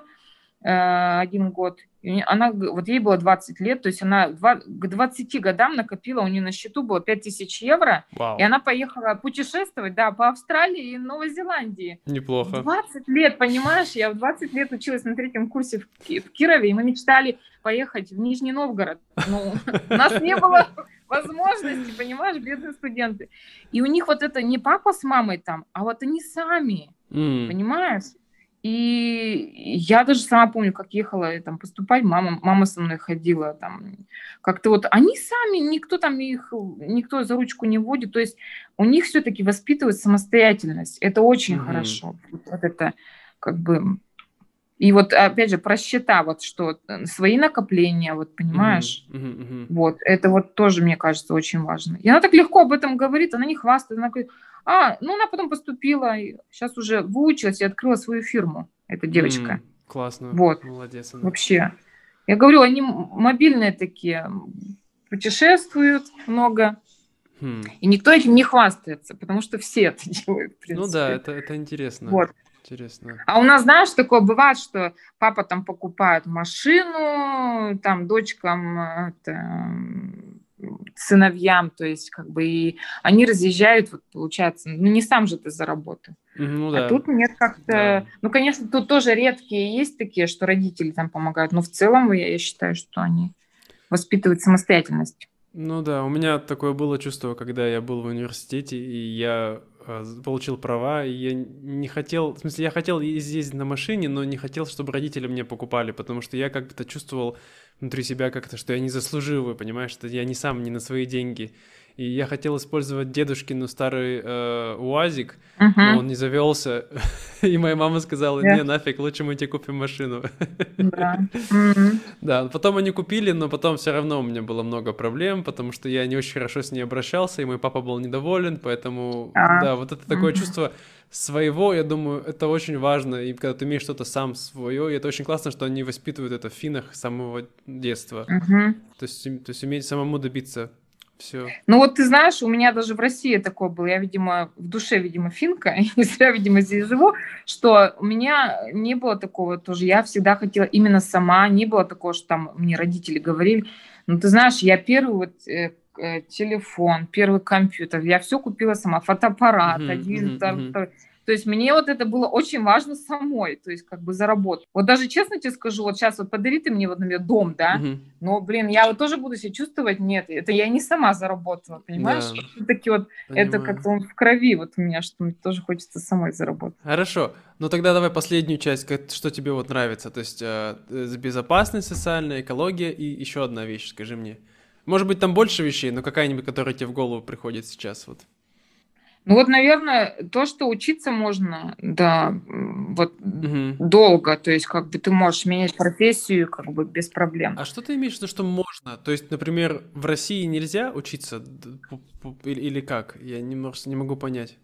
1 год. И она, вот ей было 20 лет, то есть она к 20 годам накопила, у нее на счету было 5000 евро, и Вау. она поехала путешествовать, да, по Австралии и Новой Зеландии. В Неплохо. 20 лет, понимаешь, я в 20 лет училась на 3-м курсе в Кирове, и мы мечтали поехать в Нижний Новгород. Ну, у нас не было возможности, понимаешь, бедные студенты. И у них вот это не папа с мамой там, а вот они сами, М. понимаешь? И я даже сама помню, как ехала там поступать, мама со мной ходила там. Как-то вот они сами, никто там их, никто за ручку не водит. То есть у них все-таки воспитывают самостоятельность. Это очень Мгм. хорошо. Вот это как бы... И вот опять же про счета, вот что свои накопления, вот Мгм. понимаешь, Мгм. Мгм. вот это вот тоже, мне кажется, очень важно. И она так легко об этом говорит, она не хвастает, она говорит, ну она потом поступила, сейчас уже выучилась и открыла свою фирму, эта девочка. Классно. Вот, Молодец она. вообще. Я говорю, они мобильные такие, путешествуют много, Хм. и никто этим не хвастается, потому что все это делают, в Ну да, принципе. это интересно. Вот. Интересно. А у нас, знаешь, такое бывает, что папа там покупает машину, там дочкам, сыновьям, то есть как бы и они разъезжают, вот получается, ну не сам же ты заработал. Ну А да. тут нет Да. как-то, ну, конечно, тут тоже редкие есть такие, что родители там помогают, но в целом я считаю, что они воспитывают самостоятельность. Ну да, у меня такое было чувство, когда я был в университете, и я получил права, и я не хотел, в смысле, я хотел ездить на машине, но не хотел, чтобы родители мне покупали, потому что я как-то чувствовал внутри себя как-то, что я не заслуживаю, понимаешь, что я не сам, не на свои деньги. И я хотел использовать дедушкину старый УАЗик, но Угу. он не завелся, и моя мама сказала, не, Да, нафиг, лучше мы тебе купим машину. да. Мгм. Да, потом они купили, но потом все равно у меня было много проблем, потому что я не очень хорошо с ней обращался, и мой папа был недоволен, поэтому, А, да, вот это такое мгм. чувство своего, я думаю, это очень важно, и когда ты имеешь что-то сам свое, и это очень классно, что они воспитывают это в финнах с самого детства, Мгм. то есть уметь самому добиться все. Ну вот ты знаешь, у меня даже в России такое было. Я, видимо, в душе, видимо, финка, и не зря, видимо, здесь живу, что у меня не было такого тоже. Я всегда хотела именно сама, не было такого, что там мне родители говорили. Ну, ты знаешь, я первый вот телефон, первый компьютер, я все купила сама, фотоаппарат, Мгм, один, мгм, мгм, второй. То есть мне вот это было очень важно самой, то есть как бы заработать. Вот даже честно тебе скажу, вот сейчас вот подари ты мне вот, например, дом, да, мгм. но, блин, я вот тоже буду себя чувствовать, нет, это я не сама заработала, понимаешь? Да, Все-таки вот это понимаю. как-то он в крови вот у меня, что мне тоже хочется самой заработать. Хорошо. Ну тогда давай последнюю часть, что тебе вот нравится. То есть безопасность социальная, экология и еще одна вещь, скажи мне. Может быть, там больше вещей, но какая-нибудь, которая тебе в голову приходит сейчас вот. Ну вот, наверное, то, что учиться можно, да, вот Мгм. долго, то есть как бы ты можешь менять профессию как бы без проблем. А что ты имеешь в виду, что можно? То есть, например, в России нельзя учиться или как? Я не могу понять.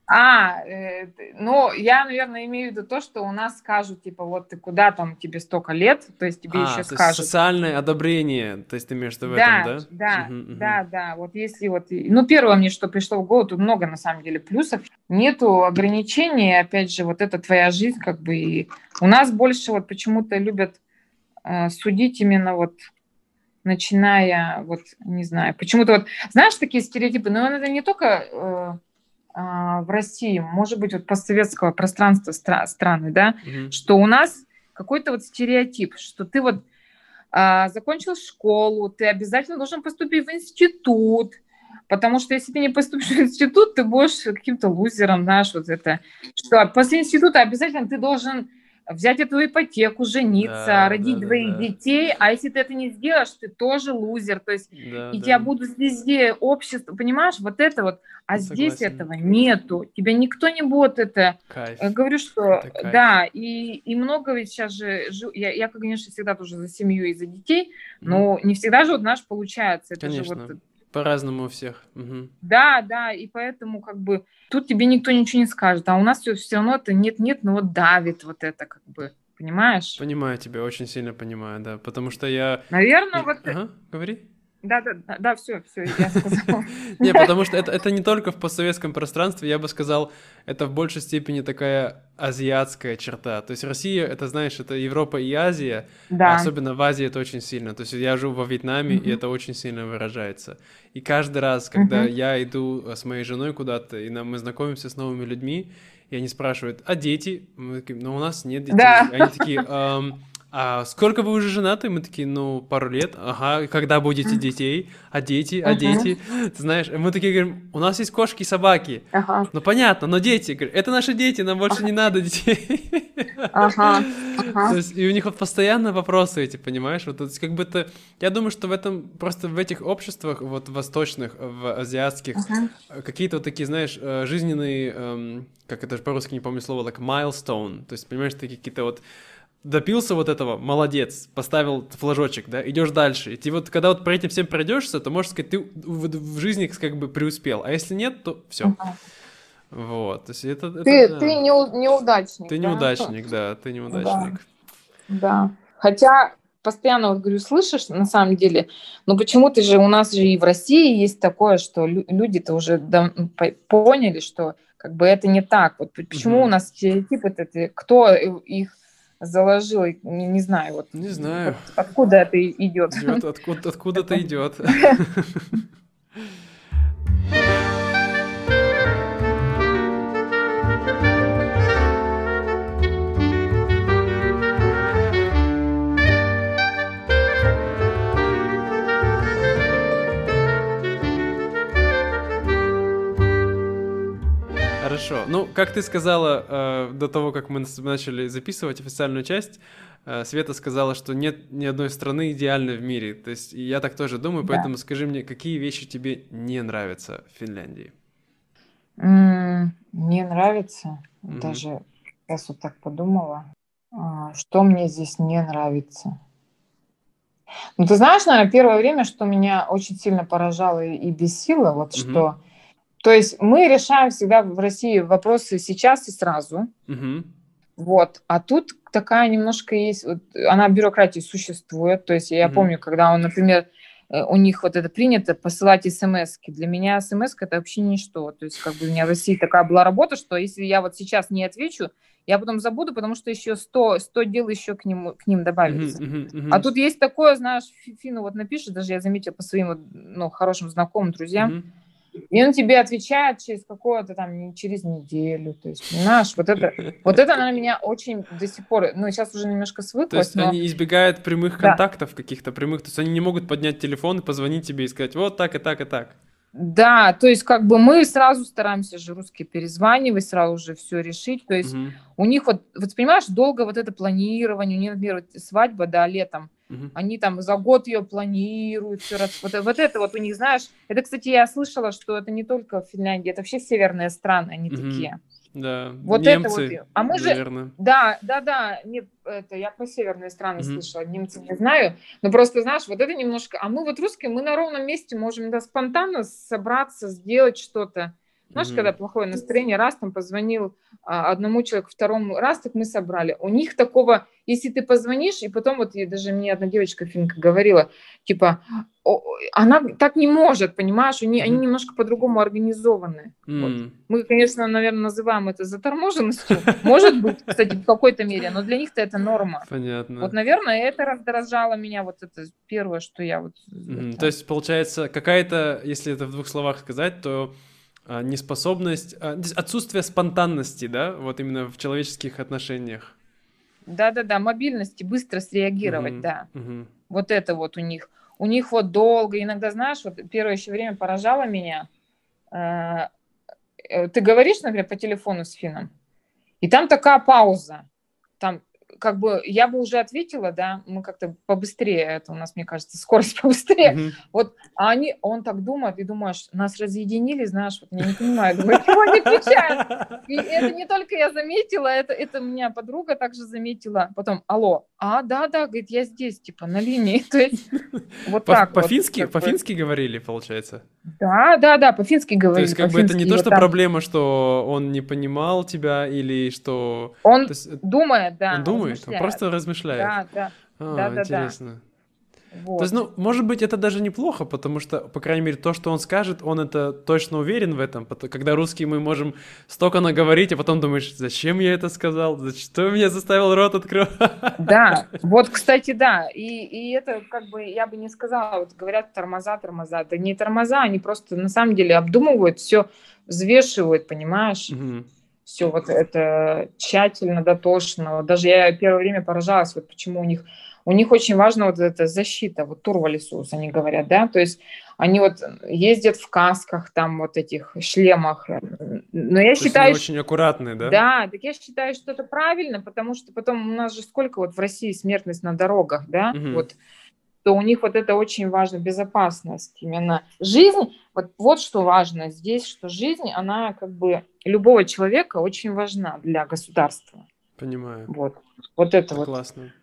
Ну, я, наверное, имею в виду то, что у нас скажут, типа, вот ты куда там, тебе столько лет, то есть тебе еще То есть скажут. социальное одобрение, то есть ты имеешь в виду в этом, Да, да? да, Мгм, мгм. да, да. Вот если вот, ну, первое мне, что пришло в голову, тут много на самом деле плюсов. Нету ограничений, опять же, вот это твоя жизнь, как бы. И у нас больше вот почему-то любят судить именно вот начиная, вот, не знаю, почему-то вот, знаешь, такие стереотипы, но это не только в России, может быть, вот постсоветского пространства страны, да, Мгм. что у нас какой-то вот стереотип, что ты вот закончил школу, ты обязательно должен поступить в институт, потому что если ты не поступишь в институт, ты будешь каким-то лузером, знаешь, вот это. Что после института обязательно ты должен взять эту ипотеку, жениться, Да, да, родить да, двоих да. детей, а если ты это не сделаешь, ты тоже лузер, то есть Да, и тебя да. будут везде общество, понимаешь, вот это вот, а здесь Согласен. этого нету, тебя никто не будет это. Кайф. Говорю, что Это кайф. да, и много ведь сейчас же, я, конечно, всегда тоже за семью и за детей, Мгм. но не всегда же вот наш получается, это же вот, Конечно. По-разному у всех. Мгм. да, да, и поэтому как бы тут тебе никто ничего не скажет, а у нас все равно это нет-нет, но вот давит вот это как бы, понимаешь? Понимаю тебя, очень сильно понимаю, да. Потому что я... Наверное, вот, Ага, говори. да, да, да, да, все, я сказала. Не, потому что это не только в постсоветском пространстве, я бы сказал, это в большей степени такая азиатская черта. То есть Россия, это, знаешь, это Европа и Азия, а Да. особенно в Азии это очень сильно. То есть я живу во Вьетнаме, и Мгм. это очень сильно выражается. И каждый раз, когда Мгм. я иду с моей женой куда-то, и мы знакомимся с новыми людьми, и они спрашивают, а дети? Мы такие, ну, у нас нет детей. Да. Они такие, а сколько вы уже женаты? Мы такие, ну, пару лет. Ага, и когда будете детей? А дети? А Мгм. дети? Ты знаешь, мы такие говорим, у нас есть кошки и собаки. Ага. Ну, понятно, но дети, говорю, это наши дети, нам больше не надо детей. Ага. Ага. То есть, и у них вот постоянно вопросы эти, понимаешь? Вот, то есть, как будто, я думаю, что в этом, просто в этих обществах, вот восточных, в азиатских, Мгм. какие-то вот такие, знаешь, жизненные, как это же по-русски не помню слово, like milestone, то есть, понимаешь, такие какие-то вот допился вот этого, молодец, поставил флажочек, да, идешь дальше. И ты вот, когда вот по этим всем пройдешься, то, можешь сказать, ты в жизни как бы преуспел. А если нет, то все. Мгм. Вот, то есть это Ты да. неудачник, Ты да? неудачник, да, ты Да. неудачник. Да. Хотя постоянно вот говорю, слышишь, на самом деле, но почему-то же у нас же и в России есть такое, что люди-то уже поняли, что как бы это не так. Вот почему у Мгм. нас стереотипы, кто их заложил, не знаю, Не знаю. вот откуда это идет. Идет откуда-то идет. Хорошо. Ну, как ты сказала, до того, как мы начали записывать официальную часть, Света сказала, что нет ни одной страны идеальной в мире. То есть и я так тоже думаю, Да. поэтому скажи мне, какие вещи тебе не нравятся в Финляндии? Мне нравится, Мгм. даже сейчас вот так подумала, что мне здесь не нравится. Ну, ты знаешь, наверное, первое время, что меня очень сильно поражало и бесило, вот Мгм. что... То есть мы решаем всегда в России вопросы сейчас и сразу, Мгм. вот, а тут такая немножко есть, вот, она бюрократия существует, то есть я Мгм. помню, когда он, например, у них вот это принято посылать смс-ки. Для меня смс-ка это вообще ничто. То есть как бы у меня в России такая была работа, что если я вот сейчас не отвечу, я потом забуду, потому что еще 100 дел еще к ним добавится. А тут есть такое, знаешь, финну вот напишет, даже я заметила по своим ну, хорошим знакомым, друзьям, и он тебе отвечает через какое-то там, через неделю. То есть, понимаешь, вот это на меня очень до сих пор, ну, сейчас уже немножко свыклась. То есть они избегают прямых контактов каких-то прямых, то есть они не могут поднять телефон и позвонить тебе и сказать, вот так и так и так. Да, то есть как бы мы сразу стараемся же русские перезванивать, сразу же все решить. То есть у них вот понимаешь, долго вот это планирование, у них, например, свадьба, да, летом, они там за год ее планируют, все раз. Вот это вот у них, знаешь, это, кстати, я слышала, что это не только в Финляндии, это вообще северные страны, они такие. Да, вот немцы, это вот. А мы наверное. же, да, нет, это я про северные страны слышала, немцы не знаю, но просто, знаешь, вот это немножко, а мы вот русские, мы на ровном месте можем спонтанно собраться, сделать что-то. Знаешь, когда плохое настроение, раз там позвонил одному человеку, второму раз, так мы собрали. У них такого, если ты позвонишь, и потом вот даже мне одна девочка финка говорила, типа, она так не может, понимаешь, они немножко по-другому организованы. Вот. Мы, конечно, наверное, называем это заторможенностью, может быть, кстати, в какой-то мере, но для них-то это норма. Понятно. Вот, наверное, это раздражало меня, вот это первое, что я вот... То есть, получается, какая-то, если это в двух словах сказать, то неспособность, отсутствие спонтанности, да, вот именно в человеческих отношениях. Да, мобильности, быстро среагировать, да. Вот это вот у них. У них вот долго, иногда, знаешь, вот первое еще время поражало меня. Ты говоришь, например, по телефону с финном, и там такая пауза. Там как бы я бы уже ответила, да, мы как-то побыстрее, это у нас, мне кажется, скорость побыстрее. Вот, а он так думает, и думаешь, нас разъединили, знаешь, вот я не понимаю, думаю, чего не отвечают. И это не только я заметила, это у меня подруга также заметила. Потом, алло, да, говорит, я здесь, типа, на линии. То есть вот так по-фински, вот. По-фински говорили, получается? Да, по-фински говорили. То есть как бы это не то, что проблема, что он не понимал тебя или что... Он думает, да. Он думает, он просто размышляет. Да. Интересно. Вот. То есть, ну, может быть, это даже неплохо, потому что, по крайней мере, то, что он скажет, он это точно уверен в этом. Когда русские мы можем столько наговорить, а потом думаешь, зачем я это сказал? Что меня заставил рот открыть? Да, вот, кстати, да. И это как бы, я бы не сказала, вот говорят тормоза. Да не тормоза, они просто на самом деле обдумывают, все взвешивают, понимаешь? Все вот это тщательно, дотошно. Вот даже я первое время поражалась, вот почему у них очень важна вот эта защита, вот турвалисус, они говорят, да, то есть они вот ездят в касках, там вот этих шлемах, но я считаю... очень аккуратные, да? Да, так я считаю, что это правильно, потому что потом у нас же сколько вот в России смертность на дорогах, да, вот, то у них вот это очень важно, безопасность, именно жизнь, вот что важно здесь, что жизнь, она как бы любого человека очень важна для государства. Понимаю. Вот это вот. Классно.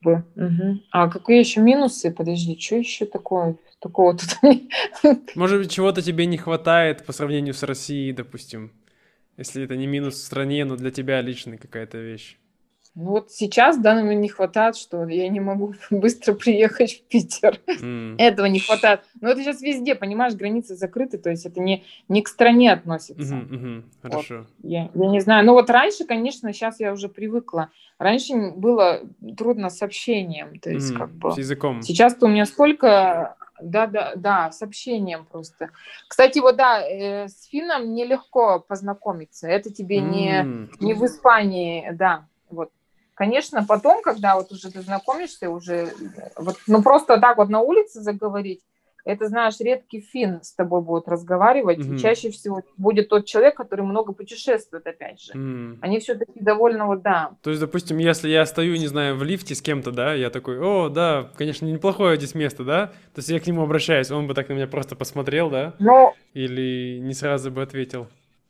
А какие еще минусы? Подожди, что еще такого тут? Может быть, чего-то тебе не хватает по сравнению с Россией, допустим, если это не минус в стране, но для тебя личная какая-то вещь. Ну вот сейчас, да, мне не хватает, что я не могу быстро приехать в Питер. Этого не хватает. Но это сейчас везде, понимаешь, границы закрыты, то есть это не к стране относится. Хорошо. Я не знаю. Ну вот раньше, конечно, сейчас я уже привыкла. Раньше было трудно с общением, то есть как бы... С языком. Сейчас-то у меня столько... Да, с общением просто. Кстати, вот да, с финном нелегко познакомиться. Это тебе не в Испании, да, вот. Конечно, потом, когда вот уже ты знакомишься, уже вот, ну просто так вот на улице заговорить, это, знаешь, редкий финн с тобой будет разговаривать, и чаще всего будет тот человек, который много путешествует, опять же. Они все-таки довольно вот, да. То есть, допустим, если я стою, не знаю, в лифте с кем-то, да, я такой, о, да, конечно, неплохое здесь место, да, то есть я к нему обращаюсь, он бы так на меня просто посмотрел, да, или не сразу бы ответил.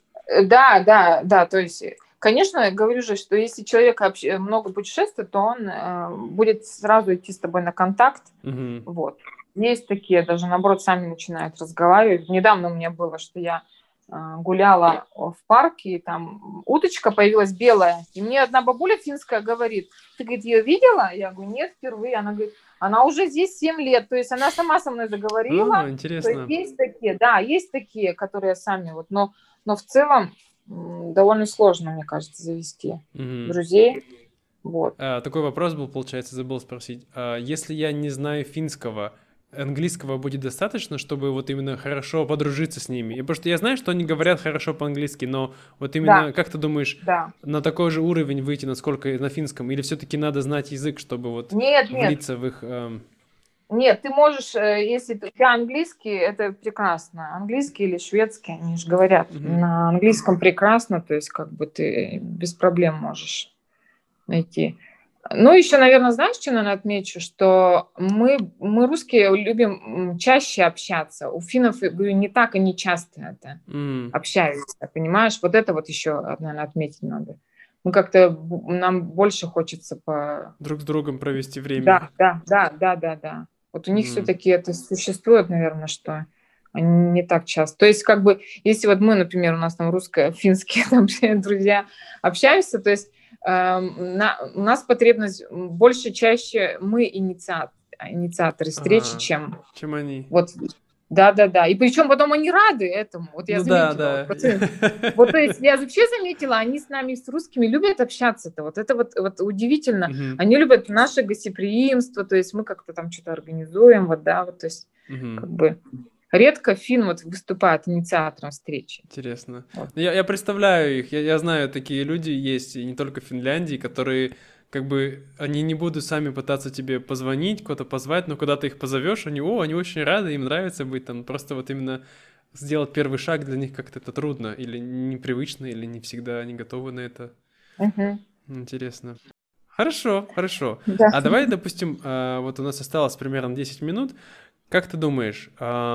Да, то есть... Конечно, я говорю же, что если человек много путешествует, то он будет сразу идти с тобой на контакт. Вот. Есть такие, даже наоборот, сами начинают разговаривать. Недавно у меня было, что я гуляла в парке, и там уточка появилась белая, и мне одна бабуля финская говорит: ты, говорит, ее видела? Я говорю: нет, впервые. Она говорит: она уже здесь 7 лет, то есть она сама со мной заговорила. То есть Интересно. есть такие, да, есть такие, которые сами вот, но в целом довольно сложно, мне кажется, завести друзей. Вот. Такой вопрос был, получается, забыл спросить. Если я не знаю финского, английского будет достаточно, чтобы вот именно хорошо подружиться с ними? И потому что я знаю, что они говорят хорошо по-английски, но вот именно, Да, как ты думаешь, да. на такой же уровень выйти, насколько на финском? Или все-таки надо знать язык, чтобы вот Нет, влиться в их... нет, ты можешь, если у тебя английский, это прекрасно. Английский или шведский, они же говорят на английском прекрасно, то есть как бы ты без проблем можешь найти. Ну, еще, наверное, знаешь, что, наверное, отмечу, что мы русские любим чаще общаться. У финнов, я говорю, не так они часто это общаются, понимаешь? Вот это вот еще, наверное, отметить надо. Мы как-то, нам больше хочется друг с другом провести время. Да. Вот у них все-таки это существует, наверное, что они не так часто. То есть, как бы, если вот мы, например, у нас там русско-финские там, друзья общаемся, то есть у нас потребность больше, чаще мы инициаторы встречи, чем они. Вот, да. И причем потом они рады этому. Вот я заметила. Да. Вот, то есть я вообще заметила, они с нами, с русскими, любят общаться-то. Вот это вот удивительно. Они любят наше гостеприимство, то есть мы как-то там что-то организуем, вот, да, вот, то есть как бы редко финн вот выступает инициатором встречи. Интересно. Вот. Я представляю их, я знаю, такие люди есть, и не только в Финляндии, которые как бы, они не будут сами пытаться тебе позвонить, куда-то позвать, но когда ты их позовешь, они очень рады, им нравится быть там, просто вот именно сделать первый шаг для них как-то это трудно, или непривычно, или не всегда они готовы на это. Интересно. Хорошо. Да. А давай, допустим, вот у нас осталось примерно 10 минут. Как ты думаешь,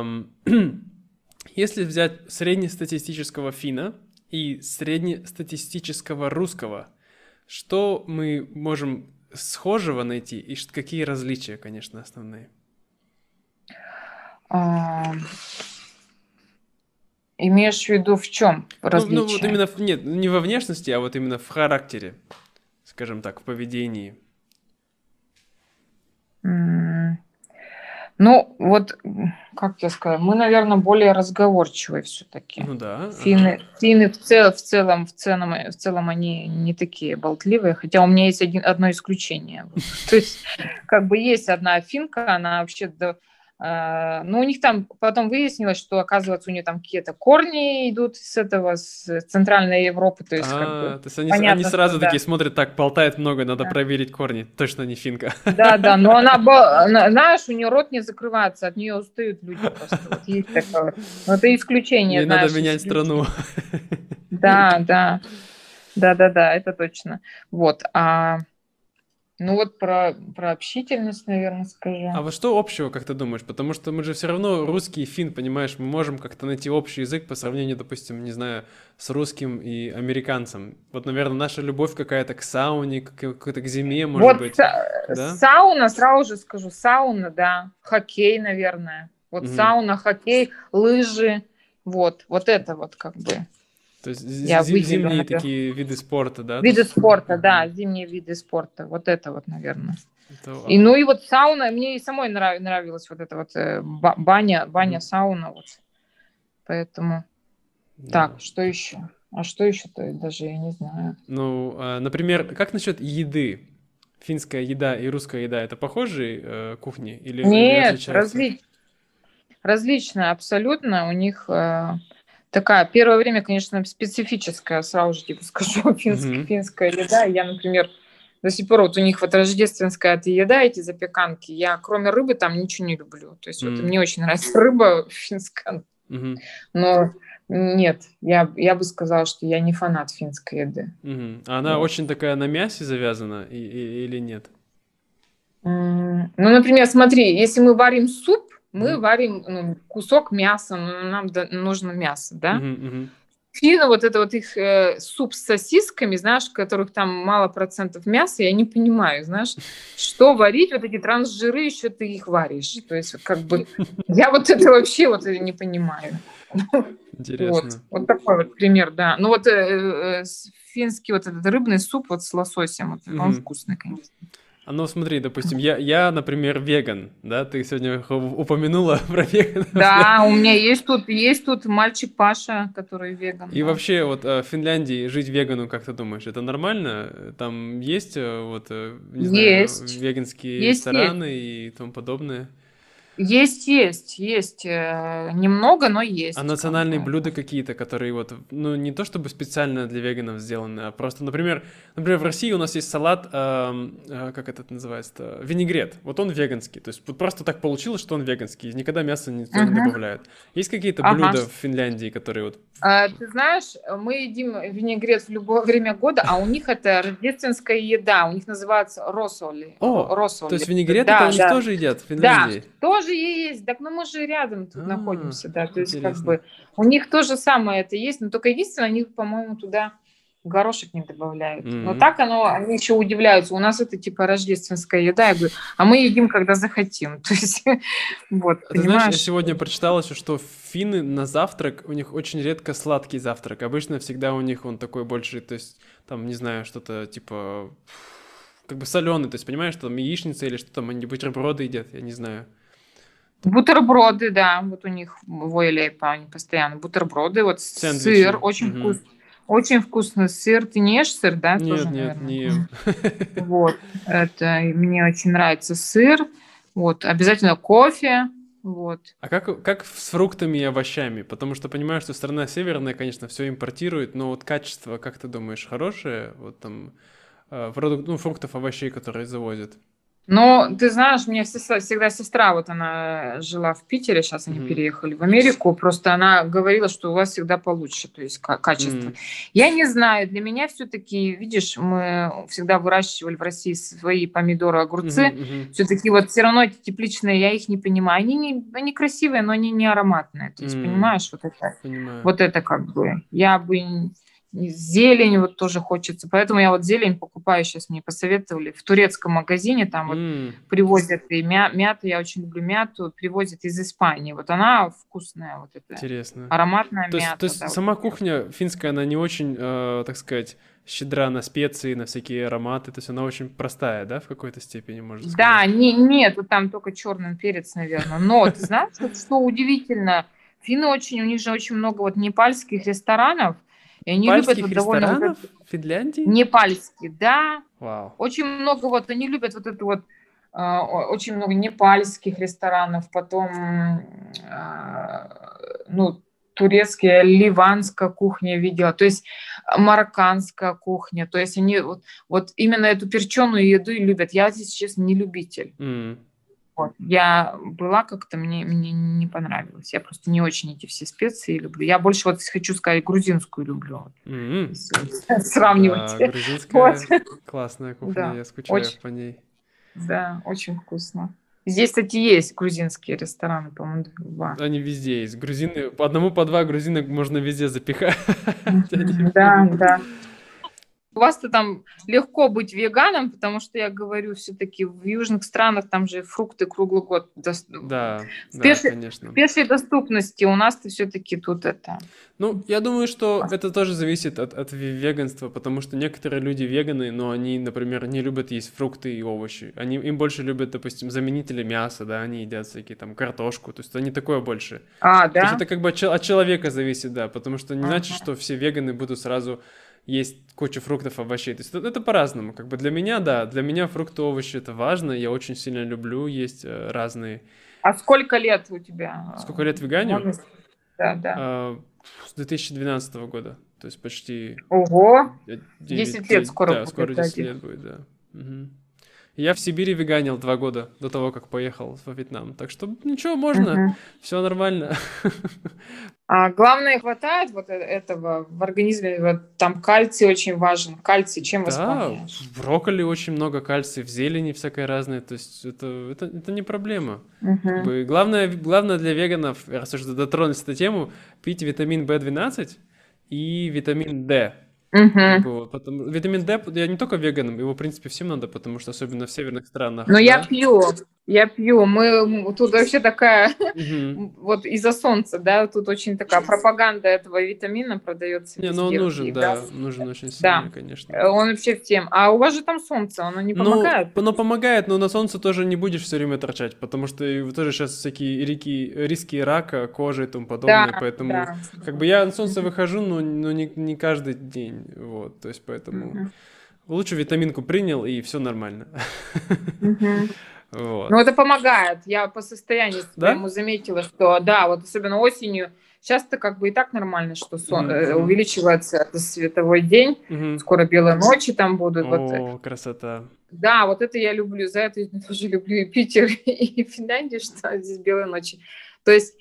если взять среднестатистического финна и среднестатистического русского, что мы можем схожего найти и какие различия, конечно, основные? Имеешь в виду в чем различие? Ну вот именно, нет, не во внешности, а вот именно в характере, скажем так, в поведении. Ну, вот, как тебе сказать, мы, наверное, более разговорчивые все-таки. Ну да. Финны в целом они не такие болтливые, хотя у меня есть одно исключение. То есть, как бы есть одна финка, она вообще... Ну, у них там потом выяснилось, что, оказывается, у нее там какие-то корни идут с Центральной Европы, то есть как бы... То есть они сразу такие смотрят, так, болтает много, надо проверить корни, точно не финка. Да, но она, знаешь, у нее рот не закрывается, от нее устают люди просто, вот есть такое. Но это исключение, ей знаешь. Надо менять страну. Да, это точно. Вот, ну вот про общительность, наверное, скажу. А вот что общего, как ты думаешь? Потому что мы же все равно русский и финн, понимаешь, мы можем как-то найти общий язык по сравнению, допустим, не знаю, с русским и американцем. Вот, наверное, наша любовь какая-то к сауне, какой-то к зиме, может быть. Да? Сауна, сразу же скажу, сауна, да. Хоккей, наверное. Вот сауна, хоккей, лыжи. Вот это вот как бы. То есть зимние такие виды спорта, да? Виды спорта, да, зимние виды спорта. Вот это вот, наверное. Ну и вот сауна, мне и самой нравилась вот эта вот баня, сауна. Вот. Поэтому, так, что еще? А что еще-то даже я не знаю. Ну, например, как насчет еды? Финская еда и русская еда — это похожие кухни? Нет, различные абсолютно. У них... Такая, первое время, конечно, специфическая, сразу же типа скажу, финская еда. Я, например, до сих пор вот у них вот рождественская еда, эти запеканки, я кроме рыбы там ничего не люблю. То есть вот мне очень нравится рыба финская, но нет, я бы сказала, что я не фанат финской еды. А она очень такая на мясе завязана или нет? Ну, например, смотри, если мы варим суп, мы варим кусок мяса, нам нужно мясо, да? Финны, вот это вот их суп с сосисками, знаешь, в которых там мало процентов мяса, я не понимаю, знаешь, что варить, вот эти трансжиры, еще ты их варишь. То есть как бы я вот это вообще вот не понимаю. Вот, Интересно. вот такой вот пример, да. Ну вот финский вот этот рыбный суп вот с лососем, вот, он Мгм. вкусный, конечно. А ну смотри, допустим, я, например, веган, да, ты сегодня упомянула про веганов, да? Да, у меня есть тут мальчик Паша, который веган, И да. вообще, вот в Финляндии жить вегану, как ты думаешь, это нормально? Там есть, вот, не знаю, Есть, веганские есть. рестораны и тому подобное? Есть. Немного, но А есть, как национальные бы. блюда какие-то, которые вот, ну, не то чтобы специально для веганов сделаны, а просто, например, в России у нас есть салат, как это называется, винегрет. Вот он веганский. То есть вот просто так получилось, что он веганский. Никогда мясо никто не Мгм. добавляет. Есть какие-то Ага. блюда в Финляндии, которые вот... Ты знаешь, мы едим винегрет в любое время года, а у них это рождественская еда. У них называется росоли. О, то есть Росоли. винегрет это у Да, них да. тоже едят в Да, Финляндии? тоже есть. Так, ну мы же рядом тут А, находимся, да. То есть как интересно. бы у них то же самое это есть, но только единственное, они, по-моему, туда горошек не добавляют. Но М. так они еще удивляются. У нас это типа рождественская еда. Я говорю, а мы едим, когда захотим. То есть, вот, А ты знаешь, я понимаешь? сегодня прочитал еще, что финны на завтрак, у них очень редко сладкий завтрак. Обычно всегда у них он такой больше, то есть, там, не знаю, что-то типа, как бы соленый, то есть, понимаешь, что там яичница или что там, они бутерброды едят, я не знаю. Бутерброды, да, вот у них в Ойлепе они постоянно бутерброды, вот сыр, Сэндвичи. Мгм. очень вкусный сыр. Ты не ешь сыр, да, тоже, Нет, наверное? не ем. Вот, это и мне очень нравится сыр. Вот, обязательно кофе. Вот. А как с фруктами и овощами? Потому что понимаю, что страна северная, конечно, все импортирует, но вот качество, как ты думаешь, хорошее? Вот там ну, фруктов, овощей, которые завозят. Но ты знаешь, у меня всегда сестра, вот она жила в Питере, сейчас они Мгм. переехали в Америку, просто она говорила, что у вас всегда получше, то есть качество. М. Я не знаю, для меня все-таки, видишь, мы всегда выращивали в России свои помидоры, Мгм, огурцы, мгм. все-таки вот все равно эти тепличные, я их не понимаю. Они красивые, но они не ароматные, то есть, М. понимаешь, Понимаю. вот это как бы, я бы зелень вот тоже хочется. Поэтому я вот зелень покупаю, сейчас мне посоветовали, в турецком магазине, там вот М. привозят и мяту, я очень люблю мяту, привозят из Испании. Вот она вкусная, вот эта Интересно. ароматная То мята, есть да. Вот. сама кухня финская, она не очень, так сказать, щедра на специи, на всякие ароматы, то есть она очень простая, да, в какой-то степени, можно сказать? Да, нет, вот там только черный перец, наверное. Но ты знаешь, вот что удивительно, финны очень, у них же очень много вот непальских ресторанов, и они любят Пальских вот довольно вот ресторанов это в Финляндии? непальский, да. Вау. Очень много вот, они любят вот это вот, очень много непальских ресторанов, потом, ну, турецкая, ливанская кухня видела, то есть марокканская кухня, то есть они вот именно эту перченую еду и любят. Я, если честно, не любитель. М. Вот. Я была как-то, мне не понравилось. Я просто не очень эти все специи люблю. Я больше вот хочу сказать грузинскую люблю, вот, М. если сравнивать. Да, Вот. грузинская классная кухня, Да, я скучаю очень. по ней. Да, очень вкусно. Здесь, кстати, есть грузинские рестораны, по-моему, 2. Они везде есть. Грузины, по одному, по два грузинок можно везде запихать, они Мгм. Да, будут. да. У вас-то там легко быть веганом, потому что я говорю, все-таки в южных странах там же фрукты круглый год Да, в да, в конечно. пешей доступности. У нас-то все-таки тут это. Ну, я думаю, что это тоже зависит от веганства, потому что некоторые люди веганы, но они, например, не любят есть фрукты и овощи. Им больше любят, допустим, заменители мяса, да, они едят всякие там картошку, то есть они такое больше. То есть Да? это как бы от человека зависит, да, потому что не значит, Ага. что все веганы будут сразу есть кучу фруктов, овощей. То есть это по-разному. Как бы для меня, да, для меня фрукты, овощи это важно. Я очень сильно люблю есть разные. А сколько лет у тебя? Сколько лет веганю? Можно... Да, да. А, с 2012 года. То есть почти Ого, 10 лет 9, скоро да, будет, скоро да, 10 лет будет, да. Мгм. Я в Сибири веганил 2 года до того, как поехал во Вьетнам. Так что ничего, можно, Мгм. все нормально. А главное, хватает вот этого в организме, вот там кальций очень важен. Кальций чем Да, восполняешь? в брокколи очень много кальция, в зелени всякое разное, то есть это не проблема. Как Мгм. бы главное для веганов, раз уж дотронулись эту тему, пить витамин В12 и витамин D. Мгм. Витамин D, я не только веганам, его, в принципе, всем надо, потому что особенно в северных странах, Но да? я пью. Тут вообще такая, Мгм. вот из-за солнца, да, тут очень такая пропаганда этого витамина продается Не, ну он везде. нужен, да, нужен очень сильно, Да, конечно. он вообще всем. А у вас же там солнце, оно не Ну, помогает? оно помогает, но на солнце тоже не будешь все время торчать, потому что тоже сейчас всякие риски рака, кожи и тому подобное, Да, поэтому да. как бы я на солнце Мгм. выхожу, но не каждый день, вот, то есть поэтому Мгм. лучше витаминку принял и все нормально. Мгм. Ну, Вот. это помогает. Я по состоянию Да? своему заметила, что да, вот особенно осенью, сейчас-то как бы и так нормально, что Мгм, мгм, увеличивается этот световой день, мгм. скоро белые ночи там будут. Вот, О, красота. да, вот это я люблю, за это я тоже люблю и Питер, и Финляндию, что здесь белые ночи. То есть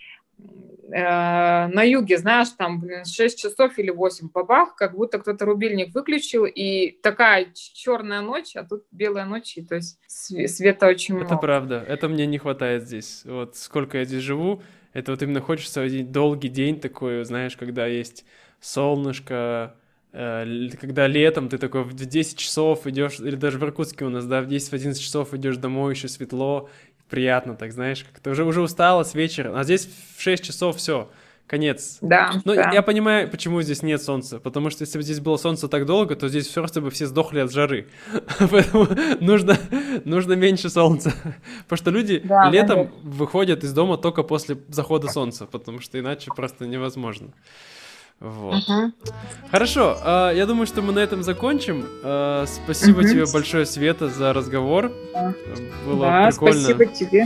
на юге, знаешь, там, 6 часов или 8 бабах, как будто кто-то рубильник выключил, и такая черная ночь, а тут белая ночь, и то есть света очень Это много. правда, это мне не хватает здесь. Вот сколько я здесь живу, это вот именно хочется один долгий день такой, знаешь, когда есть солнышко, когда летом ты такой в 10 часов идешь, или даже в Иркутске у нас, да, в 10-11 часов идешь домой, еще светло, приятно так, знаешь, как-то уже устала с вечера, а здесь в 6 часов все, конец. Да, Но я да. понимаю, почему здесь нет солнца, потому что если бы здесь было солнце так долго, то здесь просто бы все сдохли от жары. Поэтому нужно меньше солнца. Потому что люди Да, летом наверное. выходят из дома только после захода солнца, потому что иначе просто невозможно. Вот. Мгм. Хорошо, я думаю, что мы на этом закончим. Спасибо Мгм. тебе большое, Света, за разговор. Да, Было да, прикольно. спасибо тебе.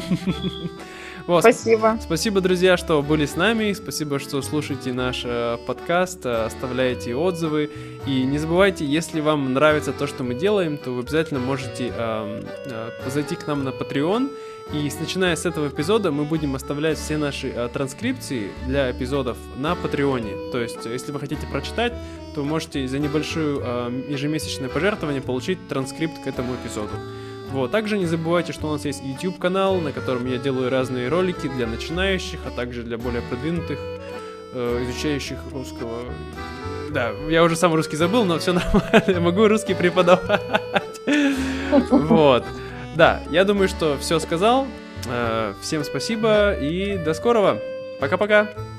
Вот, Спасибо. спасибо, друзья, что были с нами. Спасибо, что слушаете наш подкаст, оставляете отзывы. И не забывайте, если вам нравится то, что мы делаем, то вы обязательно можете зайти к нам на Patreon. И начиная с этого эпизода мы будем оставлять все наши транскрипции для эпизодов на Патреоне. То есть, если вы хотите прочитать, то вы можете за небольшое ежемесячное пожертвование получить транскрипт к этому эпизоду. Вот. Также не забывайте, что у нас есть YouTube-канал, на котором я делаю разные ролики для начинающих, а также для более продвинутых, изучающих русского. Да, я уже сам русский забыл, но все нормально, я могу русский преподавать. Вот. Да, я думаю, что все сказал. Всем спасибо и до скорого. Пока-пока.